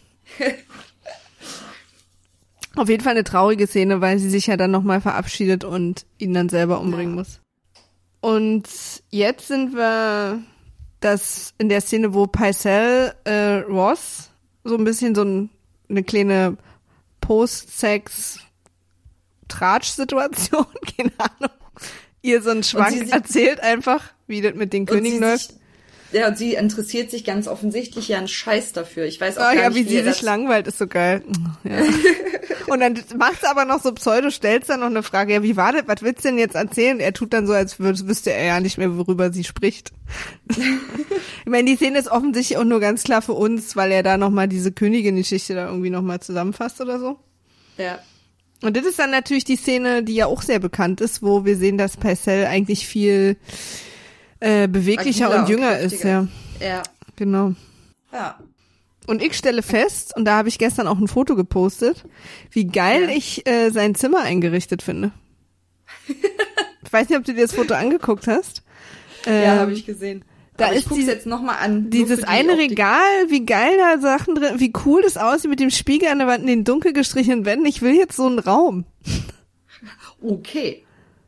Auf jeden Fall eine traurige Szene, weil sie sich ja dann nochmal verabschiedet und ihn dann selber umbringen ja. muss. Und jetzt sind wir das in der Szene, wo Pycelle äh, Ross so ein bisschen so ein, eine kleine Post-Sex-Tratsch-Situation, keine Ahnung, ihr so einen Schwank sie, erzählt einfach, wie das mit den Königen läuft. Ja, und sie interessiert sich ganz offensichtlich ja einen Scheiß dafür. Ich weiß auch oh, gar ja, nicht, wie sie sich langweilt, ist so geil. Ja. Und dann macht sie aber noch so Pseudo, stellt dann noch eine Frage, ja, wie war das, was willst du denn jetzt erzählen? Er tut dann so, als wüsste er ja nicht mehr, worüber sie spricht. Ich meine, die Szene ist offensichtlich auch nur ganz klar für uns, weil er da nochmal diese Königin-Geschichte da irgendwie nochmal zusammenfasst oder so. Ja. Und das ist dann natürlich die Szene, die ja auch sehr bekannt ist, wo wir sehen, dass Pycelle eigentlich viel äh, beweglicher Agiler und jünger und ist. Ja. Ja. Genau. Ja. Und ich stelle fest, und da habe ich gestern auch ein Foto gepostet, wie geil ja. ich äh, sein Zimmer eingerichtet finde. Ich weiß nicht, ob du dir das Foto angeguckt hast. Ähm, ja, habe ich gesehen. Da Aber ist ich guck's jetzt noch mal an. Dieses die eine Regal, wie geil da Sachen drin, wie cool das aussieht mit dem Spiegel an der Wand, in den dunkel gestrichenen Wänden. Ich will jetzt so einen Raum. Okay.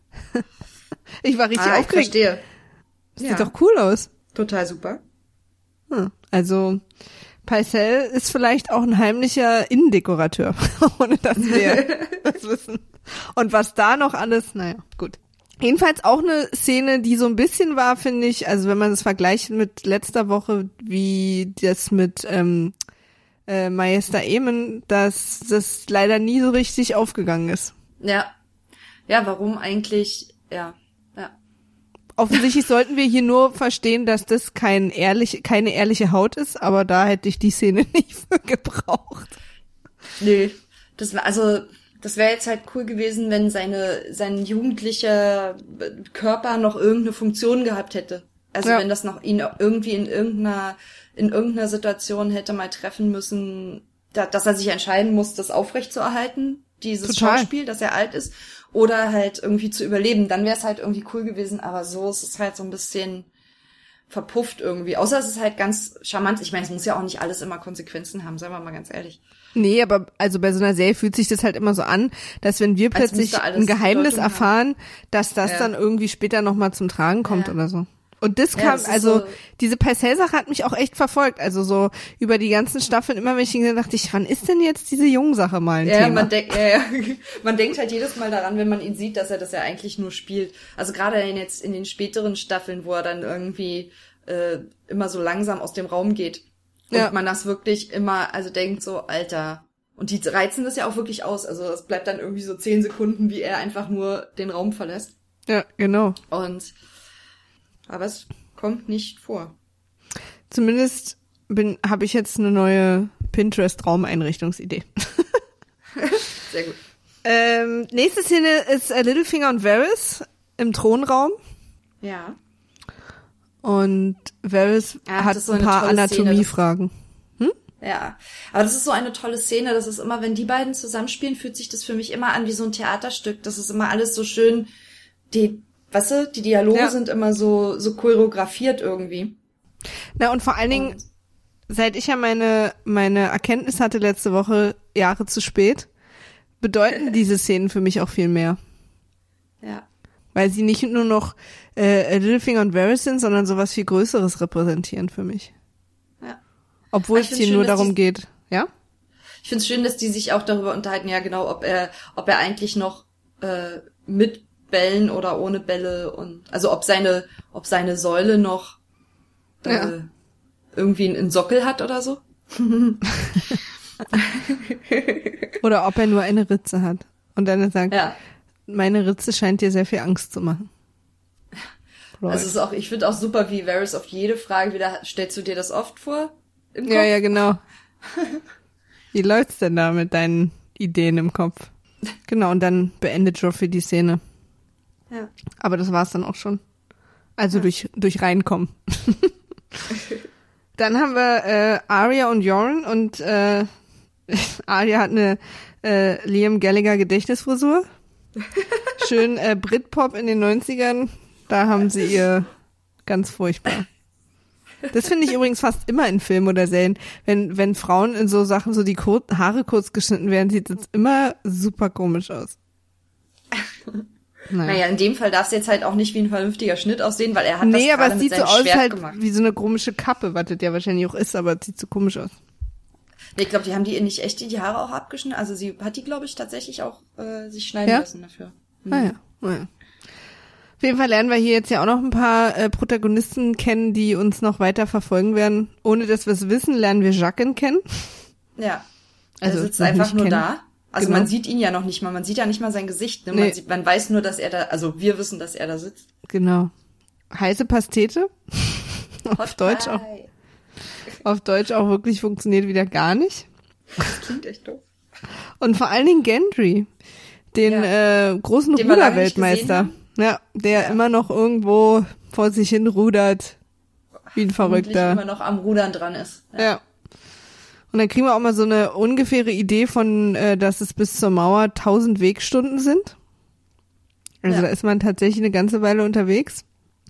Ich war richtig ah, aufgeregt. Ich verstehe. Das ja. sieht doch cool aus. Total super. Hm. Also Pycelle ist vielleicht auch ein heimlicher Innendekorateur, ohne dass wir das wissen. Und was da noch alles, naja, gut. Jedenfalls auch eine Szene, die so ein bisschen war, finde ich, also wenn man das vergleicht mit letzter Woche, wie das mit ähm, äh, Maester Aemon, dass das leider nie so richtig aufgegangen ist. Ja. Ja, warum eigentlich, ja, ja. Offensichtlich sollten wir hier nur verstehen, dass das kein ehrlich, keine ehrliche Haut ist, aber da hätte ich die Szene nicht für gebraucht. Nö, das war, also, das wäre jetzt halt cool gewesen, wenn seine, sein jugendlicher Körper noch irgendeine Funktion gehabt hätte. Also, ja. wenn das noch ihn irgendwie in irgendeiner, in irgendeiner Situation hätte mal treffen müssen, da, dass er sich entscheiden muss, das aufrechtzuerhalten, dieses Total. Schauspiel, dass er alt ist, oder halt irgendwie zu überleben, dann wäre es halt irgendwie cool gewesen, aber so ist es halt so ein bisschen verpufft irgendwie. Außer es ist halt ganz charmant. Ich meine, es muss ja auch nicht alles immer Konsequenzen haben, seien wir mal ganz ehrlich. Nee, aber also bei so einer Serie fühlt sich das halt immer so an, dass wenn wir plötzlich ein Geheimnis erfahren, dass das ja. dann irgendwie später nochmal zum Tragen kommt ja. oder so. Und das kam, ja, das also so diese Pycelle-Sache hat mich auch echt verfolgt. Also so über die ganzen Staffeln, immer wenn ich hingehe, dachte ich, wann ist denn jetzt diese Jungsache mal ein ja, Thema? Man denk, ja, ja, man denkt halt jedes Mal daran, wenn man ihn sieht, dass er das ja eigentlich nur spielt. Also gerade in jetzt in den späteren Staffeln, wo er dann irgendwie äh, immer so langsam aus dem Raum geht. Und ja. man das wirklich immer, also denkt so, Alter. Und die reizen das ja auch wirklich aus. Also es bleibt dann irgendwie so zehn Sekunden, wie er einfach nur den Raum verlässt. Ja, genau. Und aber es kommt nicht vor. Zumindest bin habe ich jetzt eine neue Pinterest-Raumeinrichtungsidee. Sehr gut. Ähm, nächste Szene ist äh, Littlefinger und Varys im Thronraum. Ja. Und Varys ja, hat so ein paar Anatomiefragen. Hm? Ja, aber das ist so eine tolle Szene. Das ist immer, wenn die beiden zusammenspielen, fühlt sich das für mich immer an wie so ein Theaterstück. Das ist immer alles so schön, die Weißt du, die Dialoge ja. sind immer so so choreografiert irgendwie. Na und vor allen Dingen, und seit ich ja meine meine Erkenntnis hatte letzte Woche, Jahre zu spät, bedeuten diese Szenen für mich auch viel mehr. Ja. Weil sie nicht nur noch äh, Littlefinger und Varys sind, sondern sowas viel Größeres repräsentieren für mich. Ja. Obwohl es hier schön, nur darum die, geht, ja? Ich finde es schön, dass die sich auch darüber unterhalten, ja genau, ob er ob er eigentlich noch äh, mit Bällen oder ohne Bälle und also ob seine ob seine Säule noch äh, ja. irgendwie einen Sockel hat oder so. Oder ob er nur eine Ritze hat. Und dann sagt, ja. meine Ritze scheint dir sehr viel Angst zu machen. Also es ist auch, ich finde auch super, wie Varys auf jede Frage wieder, stellst du dir das oft vor? Im Kopf? Ja, ja, genau. Wie läuft's denn da mit deinen Ideen im Kopf? Genau, und dann beendet Joffrey die Szene. Ja. Aber das war's dann auch schon. Also ja. durch, durch Reinkommen. Dann haben wir äh, Arya und Jorn und äh, Arya hat eine äh, Liam Gallagher Gedächtnisfrisur. Schön äh, Britpop in den neunzigern. Da haben sie ihr ganz furchtbar. Das finde ich übrigens fast immer in Filmen oder Serien. Wenn, wenn Frauen in so Sachen so die Kur- Haare kurz geschnitten werden, sieht es immer super komisch aus. Naja. naja, in dem Fall darf es jetzt halt auch nicht wie ein vernünftiger Schnitt aussehen, weil er hat nee, das aber gerade es mit sieht so seinem aus Schwert halt gemacht. wie so eine komische Kappe, was das ja wahrscheinlich auch ist, aber es sieht so komisch aus. Nee, ich glaube, die haben die ihr nicht echt die Haare auch abgeschnitten. Also sie hat die, glaube ich, tatsächlich auch äh, sich schneiden ja? lassen dafür. Mhm. Ah ja, ah ja. Auf jeden Fall lernen wir hier jetzt ja auch noch ein paar äh, Protagonisten kennen, die uns noch weiter verfolgen werden. Ohne dass wir es wissen, lernen wir Jaqen kennen. Ja, also er sitzt einfach nur kennen. da. Also genau. Man sieht ihn ja noch nicht mal, man sieht ja nicht mal sein Gesicht. Ne? Man, nee. sieht, man weiß nur, dass er da, also wir wissen, dass er da sitzt. Genau. Heiße Pastete. auf Deutsch auch. Auf Deutsch auch wirklich funktioniert wieder gar nicht. Das klingt echt doof. Und vor allen Dingen Gendry, den ja. äh, großen den Ruderweltmeister. Ja, der ja. immer noch irgendwo vor sich hin rudert, wie ein Verrückter. immer noch am Rudern dran ist. Ja. ja. Und dann kriegen wir auch mal so eine ungefähre Idee von, äh, dass es bis zur Mauer tausend Wegstunden sind. Also ja. da ist man tatsächlich eine ganze Weile unterwegs.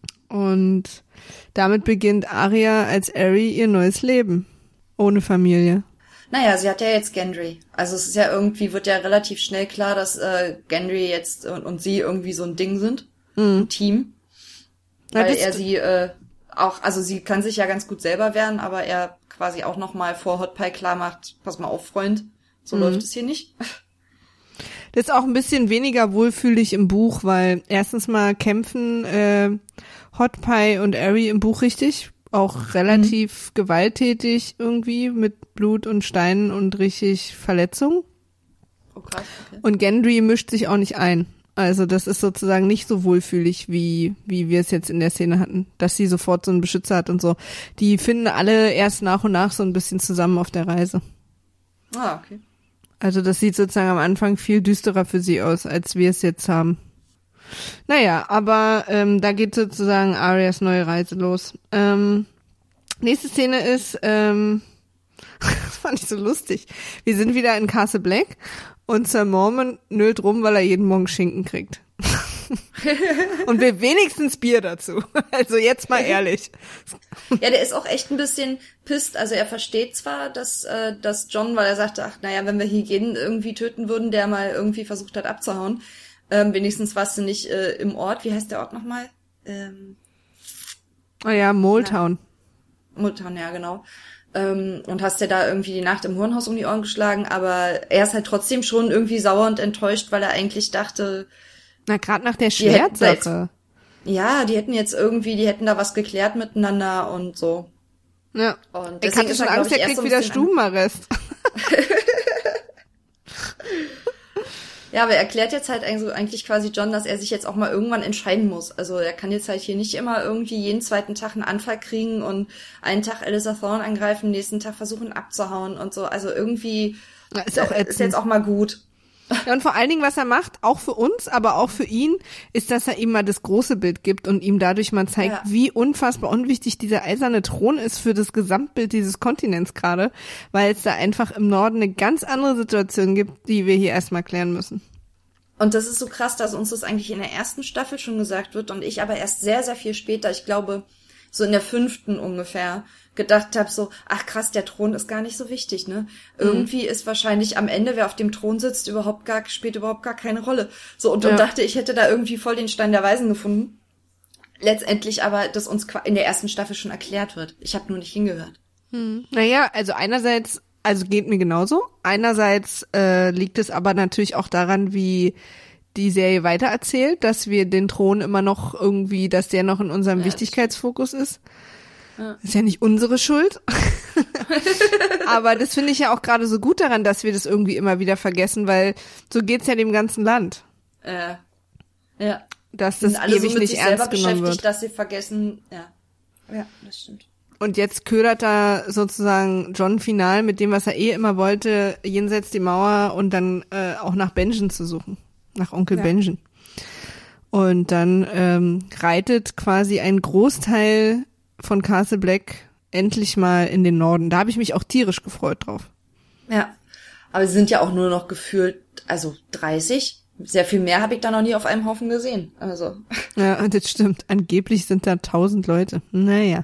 Und damit beginnt Arya als Arry ihr neues Leben. Ohne Familie. Naja, sie hat ja jetzt Gendry. Also es ist ja irgendwie, wird ja relativ schnell klar, dass äh, Gendry jetzt und, und sie irgendwie so ein Ding sind. Mhm. Ein Team. Ja, weil er sie äh, auch, also sie kann sich ja ganz gut selber wehren, aber er quasi auch nochmal vor Hot Pie klar macht, pass mal auf, Freund, so mhm. läuft es hier nicht. Das ist auch ein bisschen weniger wohlfühlig im Buch, weil erstens mal kämpfen äh, Hot Pie und Arry im Buch richtig, auch relativ mhm. gewalttätig irgendwie mit Blut und Steinen und richtig Verletzungen. Oh krass, okay. Und Gendry mischt sich auch nicht ein. Also das ist sozusagen nicht so wohlfühlig, wie wie wir es jetzt in der Szene hatten, dass sie sofort so einen Beschützer hat und so. Die finden alle erst nach und nach so ein bisschen zusammen auf der Reise. Ah, okay. Also das sieht sozusagen am Anfang viel düsterer für sie aus, als wir es jetzt haben. Naja, aber ähm, da geht sozusagen Aryas neue Reise los. Ähm, nächste Szene ist, ähm, das fand ich so lustig. Wir sind wieder in Castle Black und Sir Mormon nölt rum, weil er jeden Morgen Schinken kriegt. Und will wenigstens Bier dazu. Also jetzt mal ehrlich. Ja, der ist auch echt ein bisschen pisst. Also er versteht zwar, dass, äh, dass John, weil er sagte, ach naja, wenn wir hier jeden irgendwie töten würden, der mal irgendwie versucht hat abzuhauen, ähm, wenigstens warst du nicht äh, im Ort. Wie heißt der Ort nochmal? Ähm, oh ja, Moletown. Ja. Moletown, ja, genau. Ähm, und hast dir da irgendwie die Nacht im Hurenhaus um die Ohren geschlagen, aber er ist halt trotzdem schon irgendwie sauer und enttäuscht, weil er eigentlich dachte, na, gerade nach der Schwertsache. Ja, die hätten jetzt irgendwie, die hätten da was geklärt miteinander und so. Ja. Und ich hatte schon er, Angst, er kriegt so wieder Stubenarrest. Ja, aber er erklärt jetzt halt eigentlich quasi John, dass er sich jetzt auch mal irgendwann entscheiden muss. Also er kann jetzt halt hier nicht immer irgendwie jeden zweiten Tag einen Anfall kriegen und einen Tag Elissa Thorne angreifen, nächsten Tag versuchen abzuhauen und so. Also irgendwie ja, ist, auch ist jetzt auch mal gut. Ja, und vor allen Dingen, was er macht, auch für uns, aber auch für ihn, ist, dass er ihm mal das große Bild gibt und ihm dadurch mal zeigt, ja. wie unfassbar unwichtig dieser eiserne Thron ist für das Gesamtbild dieses Kontinents gerade, weil es da einfach im Norden eine ganz andere Situation gibt, die wir hier erstmal klären müssen. Und das ist so krass, dass uns das eigentlich in der ersten Staffel schon gesagt wird und ich aber erst sehr, sehr viel später, ich glaube so in der fünften ungefähr, gedacht habe so, ach krass, der Thron ist gar nicht so wichtig, ne? Irgendwie mhm. ist wahrscheinlich am Ende, wer auf dem Thron sitzt, überhaupt gar, spielt überhaupt gar keine Rolle. So, und, ja. und dachte, ich hätte da irgendwie voll den Stein der Weisen gefunden. Letztendlich aber, dass uns in der ersten Staffel schon erklärt wird. Ich habe nur nicht hingehört. Hm. Naja, also einerseits, also geht mir genauso. Einerseits äh, liegt es aber natürlich auch daran, wie die Serie weitererzählt, dass wir den Thron immer noch irgendwie, dass der noch in unserem ja, Wichtigkeitsfokus ist. Ja. Ist ja nicht unsere Schuld. Aber das finde ich ja auch gerade so gut daran, dass wir das irgendwie immer wieder vergessen, weil so geht's ja dem ganzen Land. Äh, ja. Dass das alle ewig so mit nicht sich ernst selber genommen beschäftigt, wird. dass sie vergessen, ja. Ja, das stimmt. Und jetzt ködert da sozusagen John final mit dem, was er eh immer wollte, jenseits die Mauer und dann äh, auch nach Benjen zu suchen. Nach Onkel Ja. Benjen. Und dann ähm, reitet quasi ein Großteil von Castle Black endlich mal in den Norden. Da habe ich mich auch tierisch gefreut drauf. Ja. Aber sie sind ja auch nur noch gefühlt, also dreißig. Sehr viel mehr habe ich da noch nie auf einem Haufen gesehen. Also. Ja, das stimmt. Angeblich sind da tausend Leute. Naja.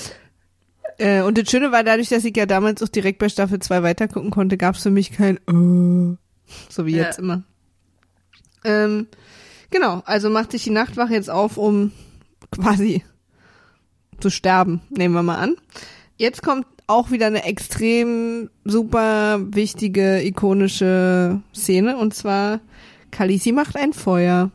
Äh, und das Schöne war, dadurch, dass ich ja damals auch direkt bei Staffel zwei weitergucken konnte, gab es für mich kein äh, so wie Ja. jetzt immer. Ähm, genau, also macht sich die Nachtwache jetzt auf, um quasi zu sterben, nehmen wir mal an. Jetzt kommt auch wieder eine extrem super wichtige, ikonische Szene, und zwar Khaleesi macht ein Feuer.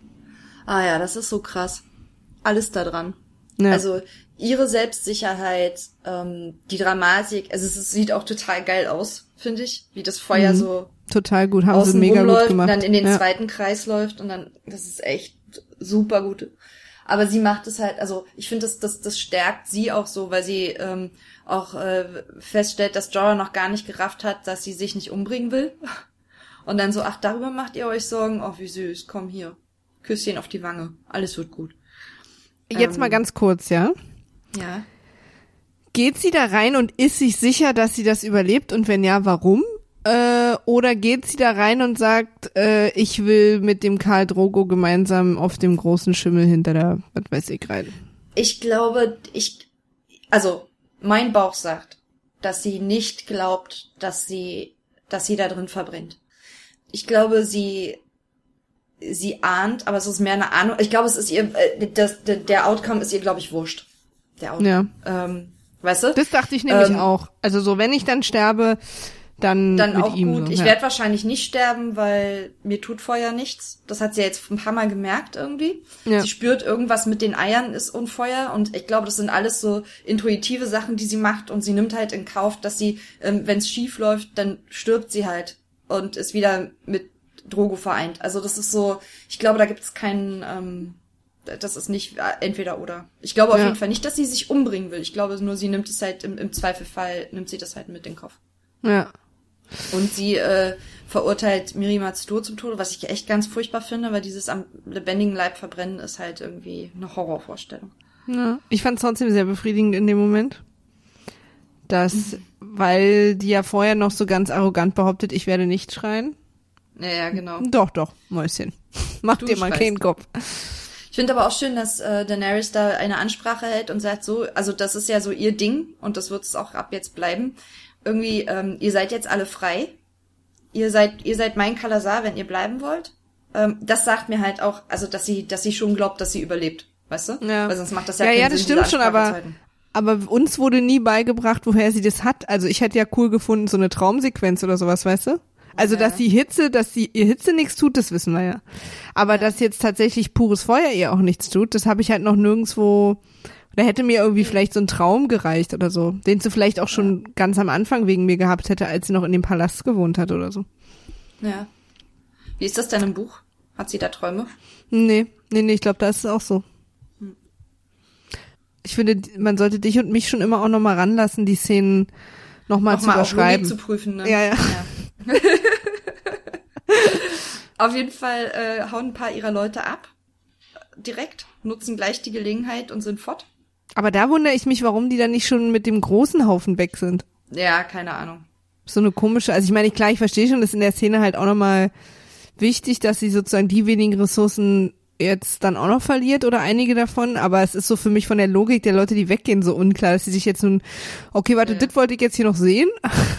Ah ja, das ist so krass. Alles da dran. Ja. Also ihre Selbstsicherheit, ähm, die Dramatik, also es, es sieht auch total geil aus, finde ich, wie das Feuer Mhm. so Total gut, haben sie außen mega gut rumläuft und gemacht. dann in den ja. zweiten Kreis läuft und dann, das ist echt super gut. Aber sie macht es halt, also ich finde, das, das, das stärkt sie auch so, weil sie ähm, auch äh, feststellt, dass Jorah noch gar nicht gerafft hat, dass sie sich nicht umbringen will. Und dann so, ach, darüber macht ihr euch Sorgen? Oh, wie süß, komm hier. Küsschen auf die Wange, alles wird gut. Jetzt Ähm, mal ganz kurz, ja? Ja. Geht sie da rein und ist sich sicher, dass sie das überlebt? Und wenn ja, warum? Äh, oder geht sie da rein und sagt, äh, ich will mit dem Khal Drogo gemeinsam auf dem großen Schimmel hinter der, was weiß ich, rein? Ich glaube, ich, also mein Bauch sagt, dass sie nicht glaubt, dass sie, dass sie da drin verbrennt. Ich glaube, sie, sie ahnt, aber es ist mehr eine Ahnung. Ich glaube, es ist ihr, äh, das, der, der Outcome ist ihr, glaube ich, wurscht. Der Outcome. Ja. Ähm, weißt du? Das dachte ich nämlich Ähm, auch. Also so, wenn ich dann sterbe, dann, Dann mit auch ihm. gut. So, Ich ja. werde wahrscheinlich nicht sterben, weil mir tut Feuer nichts. Das hat sie ja jetzt ein paar Mal gemerkt irgendwie. Ja. Sie spürt, irgendwas mit den Eiern ist Unfeuer und ich glaube, das sind alles so intuitive Sachen, die sie macht und sie nimmt halt in Kauf, dass sie, ähm, wenn es schief läuft, dann stirbt sie halt und ist wieder mit Drogo vereint. Also das ist so, ich glaube, da gibt es keinen, ähm, das ist nicht entweder oder. Ich glaube auf Ja. jeden Fall nicht, dass sie sich umbringen will. Ich glaube nur, sie nimmt es halt im, im Zweifelfall, nimmt sie das halt mit in Kauf. Ja. Und sie äh, verurteilt Miri Mazdur zum Tode, was ich echt ganz furchtbar finde, weil dieses am lebendigen Leib verbrennen ist halt irgendwie eine Horrorvorstellung. Ja. Ich fand es trotzdem sehr befriedigend in dem Moment. Dass, weil die ja vorher noch so ganz arrogant behauptet, ich werde nicht schreien. Ja, ja, genau. Doch, doch, Mäuschen. Mach Du dir mal schreist. keinen Kopf. Ich finde aber auch schön, dass äh, Daenerys da eine Ansprache hält und sagt so, also das ist ja so ihr Ding und das wird es auch ab jetzt bleiben. Irgendwie, ähm, ihr seid jetzt alle frei. Ihr seid, ihr seid mein Kalasar, wenn ihr bleiben wollt. Ähm, das sagt mir halt auch, also dass sie, dass sie schon glaubt, dass sie überlebt, weißt du? Ja. Weil sonst macht das ja, Ja, keinen ja, das Sinn, stimmt diese schon, Ansprache aber, zu halten. aber uns wurde nie beigebracht, woher sie das hat. Also ich hätte ja cool gefunden, so eine Traumsequenz oder sowas, weißt du? Also, Ja. dass die Hitze, dass die, ihr Hitze nichts tut, das wissen wir ja. Aber Ja. dass jetzt tatsächlich pures Feuer ihr auch nichts tut, das habe ich halt noch nirgendwo, da hätte mir irgendwie vielleicht so ein Traum gereicht oder so, den sie vielleicht auch schon ja. ganz am Anfang wegen mir gehabt hätte, als sie noch in dem Palast gewohnt hat oder so. Ja. Wie ist das denn im Buch? Hat sie da Träume? Nee, nee, nee, ich glaube, da ist es auch so. Hm. Ich finde, man sollte dich und mich schon immer auch nochmal ranlassen, die Szenen nochmal Noch zu mal auf überschreiben. Logik zu prüfen, ne? Ja, ja. ja. Auf jeden Fall äh, hauen ein paar ihrer Leute ab. Direkt. Nutzen gleich die Gelegenheit und sind fort. Aber da wundere ich mich, warum die dann nicht schon mit dem großen Haufen weg sind. Ja, keine Ahnung. So eine komische, also ich meine, klar, ich verstehe schon, das ist in der Szene halt auch nochmal wichtig, dass sie sozusagen die wenigen Ressourcen jetzt dann auch noch verliert oder einige davon, aber es ist so für mich von der Logik der Leute, die weggehen, so unklar, dass sie sich jetzt nun, okay, warte, Ja. das wollte ich jetzt hier noch sehen,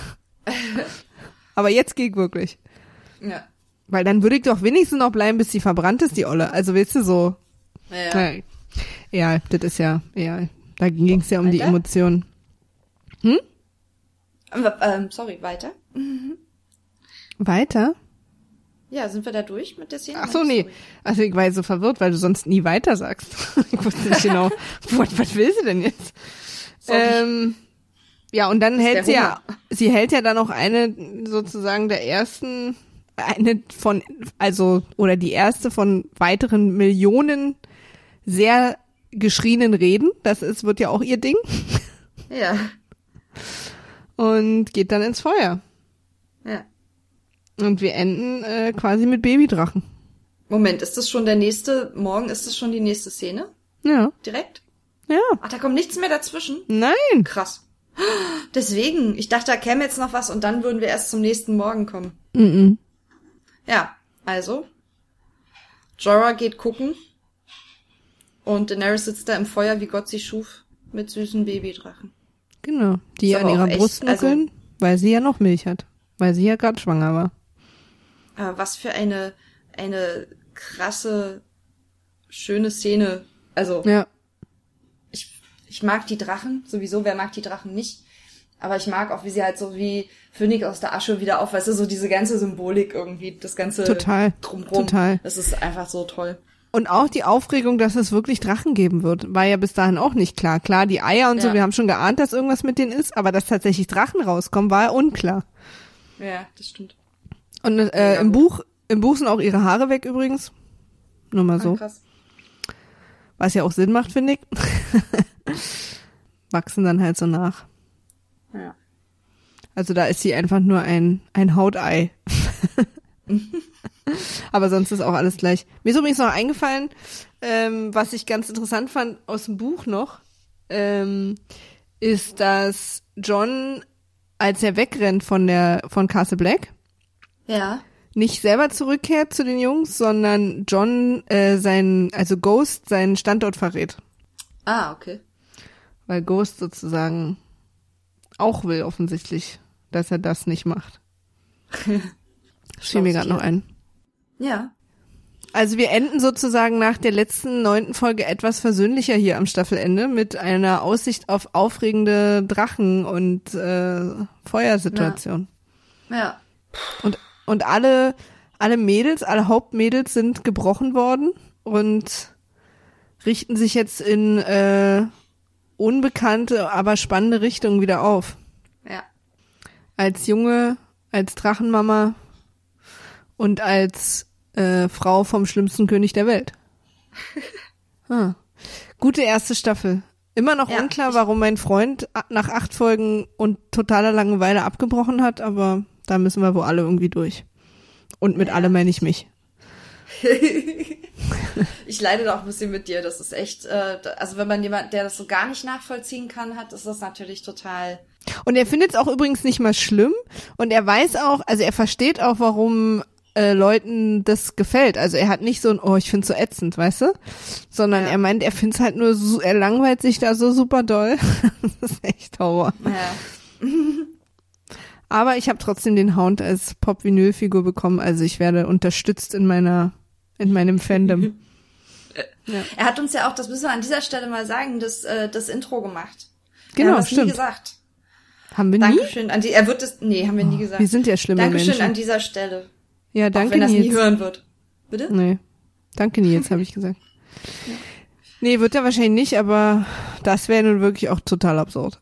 aber jetzt geht wirklich. Ja. Weil dann würde ich doch wenigstens noch bleiben, bis sie verbrannt ist, die Olle. Also weißt du, so. Ja. Ja, ja das ist ja, ja, da ging es ja um die Weiter? Emotionen. Hm? Ähm, sorry, weiter? Weiter? Ja, sind wir da durch mit der Szene? Ach so, nee. Sorry. Also ich war so verwirrt, weil du sonst nie weiter sagst. Ich wusste nicht genau, was, was will sie denn jetzt? Sorry. Ähm, Ja, und dann Das ist hält der sie ja, Hunger. sie hält ja dann auch eine sozusagen der ersten, eine von, also, oder die erste von weiteren Millionen sehr geschrienen Reden. Das ist, wird ja auch ihr Ding. Ja. Und geht dann ins Feuer. Ja. Und wir enden äh, quasi mit Babydrachen. Moment, ist das schon der nächste, morgen ist das schon die nächste Szene? Ja. Direkt? Ja. Ach, da kommt nichts mehr dazwischen? Nein. Krass. Deswegen, ich dachte, da käme jetzt noch was und dann würden wir erst zum nächsten Morgen kommen. Mhm. Ja, also. Jorah geht gucken. Und Daenerys sitzt da im Feuer, wie Gott sie schuf, mit süßen Babydrachen. Genau. Die Ist an aber ihrer auch echt, Brust nuckeln, also- weil sie ja noch Milch hat. Weil sie ja gerade schwanger war. Aber was für eine, eine krasse, schöne Szene. Also, Ja. ich, ich mag die Drachen, sowieso, wer mag die Drachen nicht? Aber ich mag auch, wie sie halt so wie Phönix aus der Asche wieder auf, weißt du, so diese ganze Symbolik irgendwie, das ganze Total. Drumrum. Total. Das ist einfach so toll. Und auch die Aufregung, dass es wirklich Drachen geben wird, war ja bis dahin auch nicht klar. Klar, die Eier und so, Ja. wir haben schon geahnt, dass irgendwas mit denen ist, aber dass tatsächlich Drachen rauskommen, war ja unklar. Ja, das stimmt. Und äh, Ja, im gut. Buch, im Buch sind auch ihre Haare weg übrigens. Nur mal so. Ah, krass. Was ja auch Sinn macht, finde ich. Wachsen dann halt so nach. Ja. Also da ist sie einfach nur ein, ein Hautei. Aber sonst ist auch alles gleich. Mir ist übrigens noch eingefallen, ähm, was ich ganz interessant fand aus dem Buch noch, ähm, ist, dass Jon, als er wegrennt von der von Castle Black, Ja. nicht selber zurückkehrt zu den Jungs, sondern Jon äh, sein, also Ghost seinen Standort verrät. Ah, okay. Weil Ghost sozusagen auch will offensichtlich, dass er das nicht macht. Fiel mir gerade noch ein. Ja. Also wir enden sozusagen nach der letzten neunten Folge etwas versöhnlicher hier am Staffelende mit einer Aussicht auf aufregende Drachen- und äh, Feuersituation. Ja. Und und alle alle Mädels, alle Hauptmädels sind gebrochen worden und richten sich jetzt in äh, unbekannte, aber spannende Richtungen wieder auf. Ja. Als Junge, als Drachenmama und als äh, Frau vom schlimmsten König der Welt. Ah. Gute erste Staffel. Immer noch Ja, unklar, ich- warum mein Freund a- nach acht Folgen und totaler Langeweile abgebrochen hat, aber da müssen wir wohl alle irgendwie durch. Und mit Ja. alle meine ich mich. Ich leide da auch ein bisschen mit dir. Das ist echt, äh, da- also wenn man jemand, der das so gar nicht nachvollziehen kann, hat, ist das natürlich total. Und er findet es auch übrigens nicht mal schlimm. Und er weiß auch, also er versteht auch, warum äh, Leuten das gefällt. Also er hat nicht so ein, oh, ich find's so ätzend, weißt du? Sondern Ja. er meint, er find's halt nur, so, er langweilt sich da so super doll. Das ist echt Horror. Ja. Aber ich habe trotzdem den Hound als Pop-Vinyl-Figur bekommen. Also ich werde unterstützt in meiner, in meinem Fandom. Ja. Er hat uns ja auch, das müssen wir an dieser Stelle mal sagen, das, äh, das Intro gemacht. Wir Genau, haben das stimmt. nie gesagt. Haben wir nie? Dankeschön an die, er wird es, nee, haben wir nie gesagt. Wir sind ja schlimme Dankeschön Menschen. an dieser Stelle. Ja, Auch danke wenn das nie Nils. hören wird. Bitte? Nee, danke Nils, habe ich gesagt. Nee, wird er wahrscheinlich nicht, aber das wäre nun wirklich auch total absurd.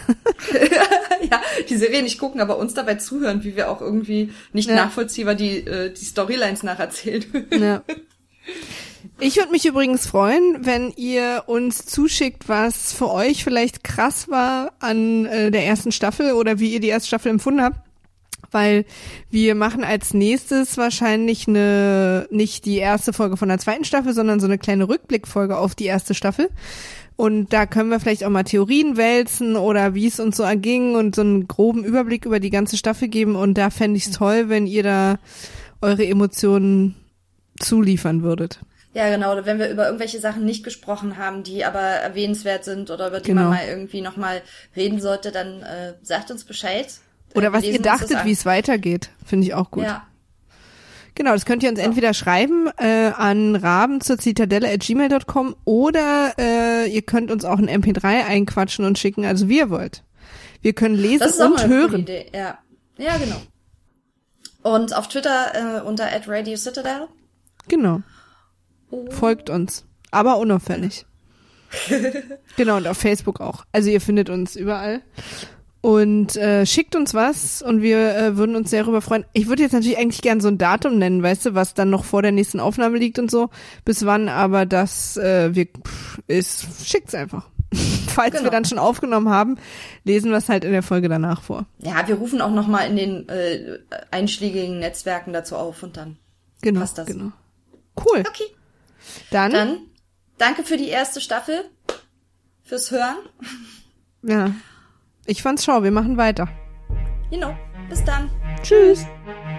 Ja, die Serie nicht gucken, aber uns dabei zuhören, wie wir auch irgendwie nicht Ja. nachvollziehbar die, äh, die Storylines nacherzählen. Ja. Ich würde mich übrigens freuen, wenn ihr uns zuschickt, was für euch vielleicht krass war an äh, der ersten Staffel oder wie ihr die erste Staffel empfunden habt. Weil wir machen als nächstes wahrscheinlich eine, nicht die erste Folge von der zweiten Staffel, sondern so eine kleine Rückblickfolge auf die erste Staffel. Und da können wir vielleicht auch mal Theorien wälzen oder wie es uns so erging und so einen groben Überblick über die ganze Staffel geben. Und da fände ich es toll, wenn ihr da eure Emotionen zuliefern würdet. Ja, genau. Oder wenn wir über irgendwelche Sachen nicht gesprochen haben, die aber erwähnenswert sind oder über die Genau. man mal irgendwie nochmal reden sollte, dann äh, sagt uns Bescheid. Oder Äh, was wir ihr lesen uns das dachtet, an. wie es weitergeht. Finde ich auch gut. Ja, Genau, das könnt ihr uns entweder schreiben äh, an raben zur Zitadelle at gmail dot com oder äh, ihr könnt uns auch ein M P drei einquatschen und schicken, also wie ihr wollt. Wir können lesen das ist auch und mal eine coole hören. Idee. Ja, ja, genau. Und auf Twitter äh, unter at Radio Citadel. Genau. Folgt uns. Aber unauffällig. Genau, und auf Facebook auch. Also ihr findet uns überall. Und äh, schickt uns was und wir äh, würden uns sehr darüber freuen. Ich würde jetzt natürlich eigentlich gern so ein Datum nennen, weißt du, was dann noch vor der nächsten Aufnahme liegt und so. Bis wann, aber das äh, wir, pff, ist, schickt's einfach. Falls Genau. wir dann schon aufgenommen haben, lesen wir es halt in der Folge danach vor. Ja, wir rufen auch nochmal in den äh, einschlägigen Netzwerken dazu auf und dann Genau, passt das. genau. Cool. Okay. Dann, Dann danke für die erste Staffel, fürs Hören. ja, ich fand's schau, wir machen weiter. Genau. Bis dann. Tschüss.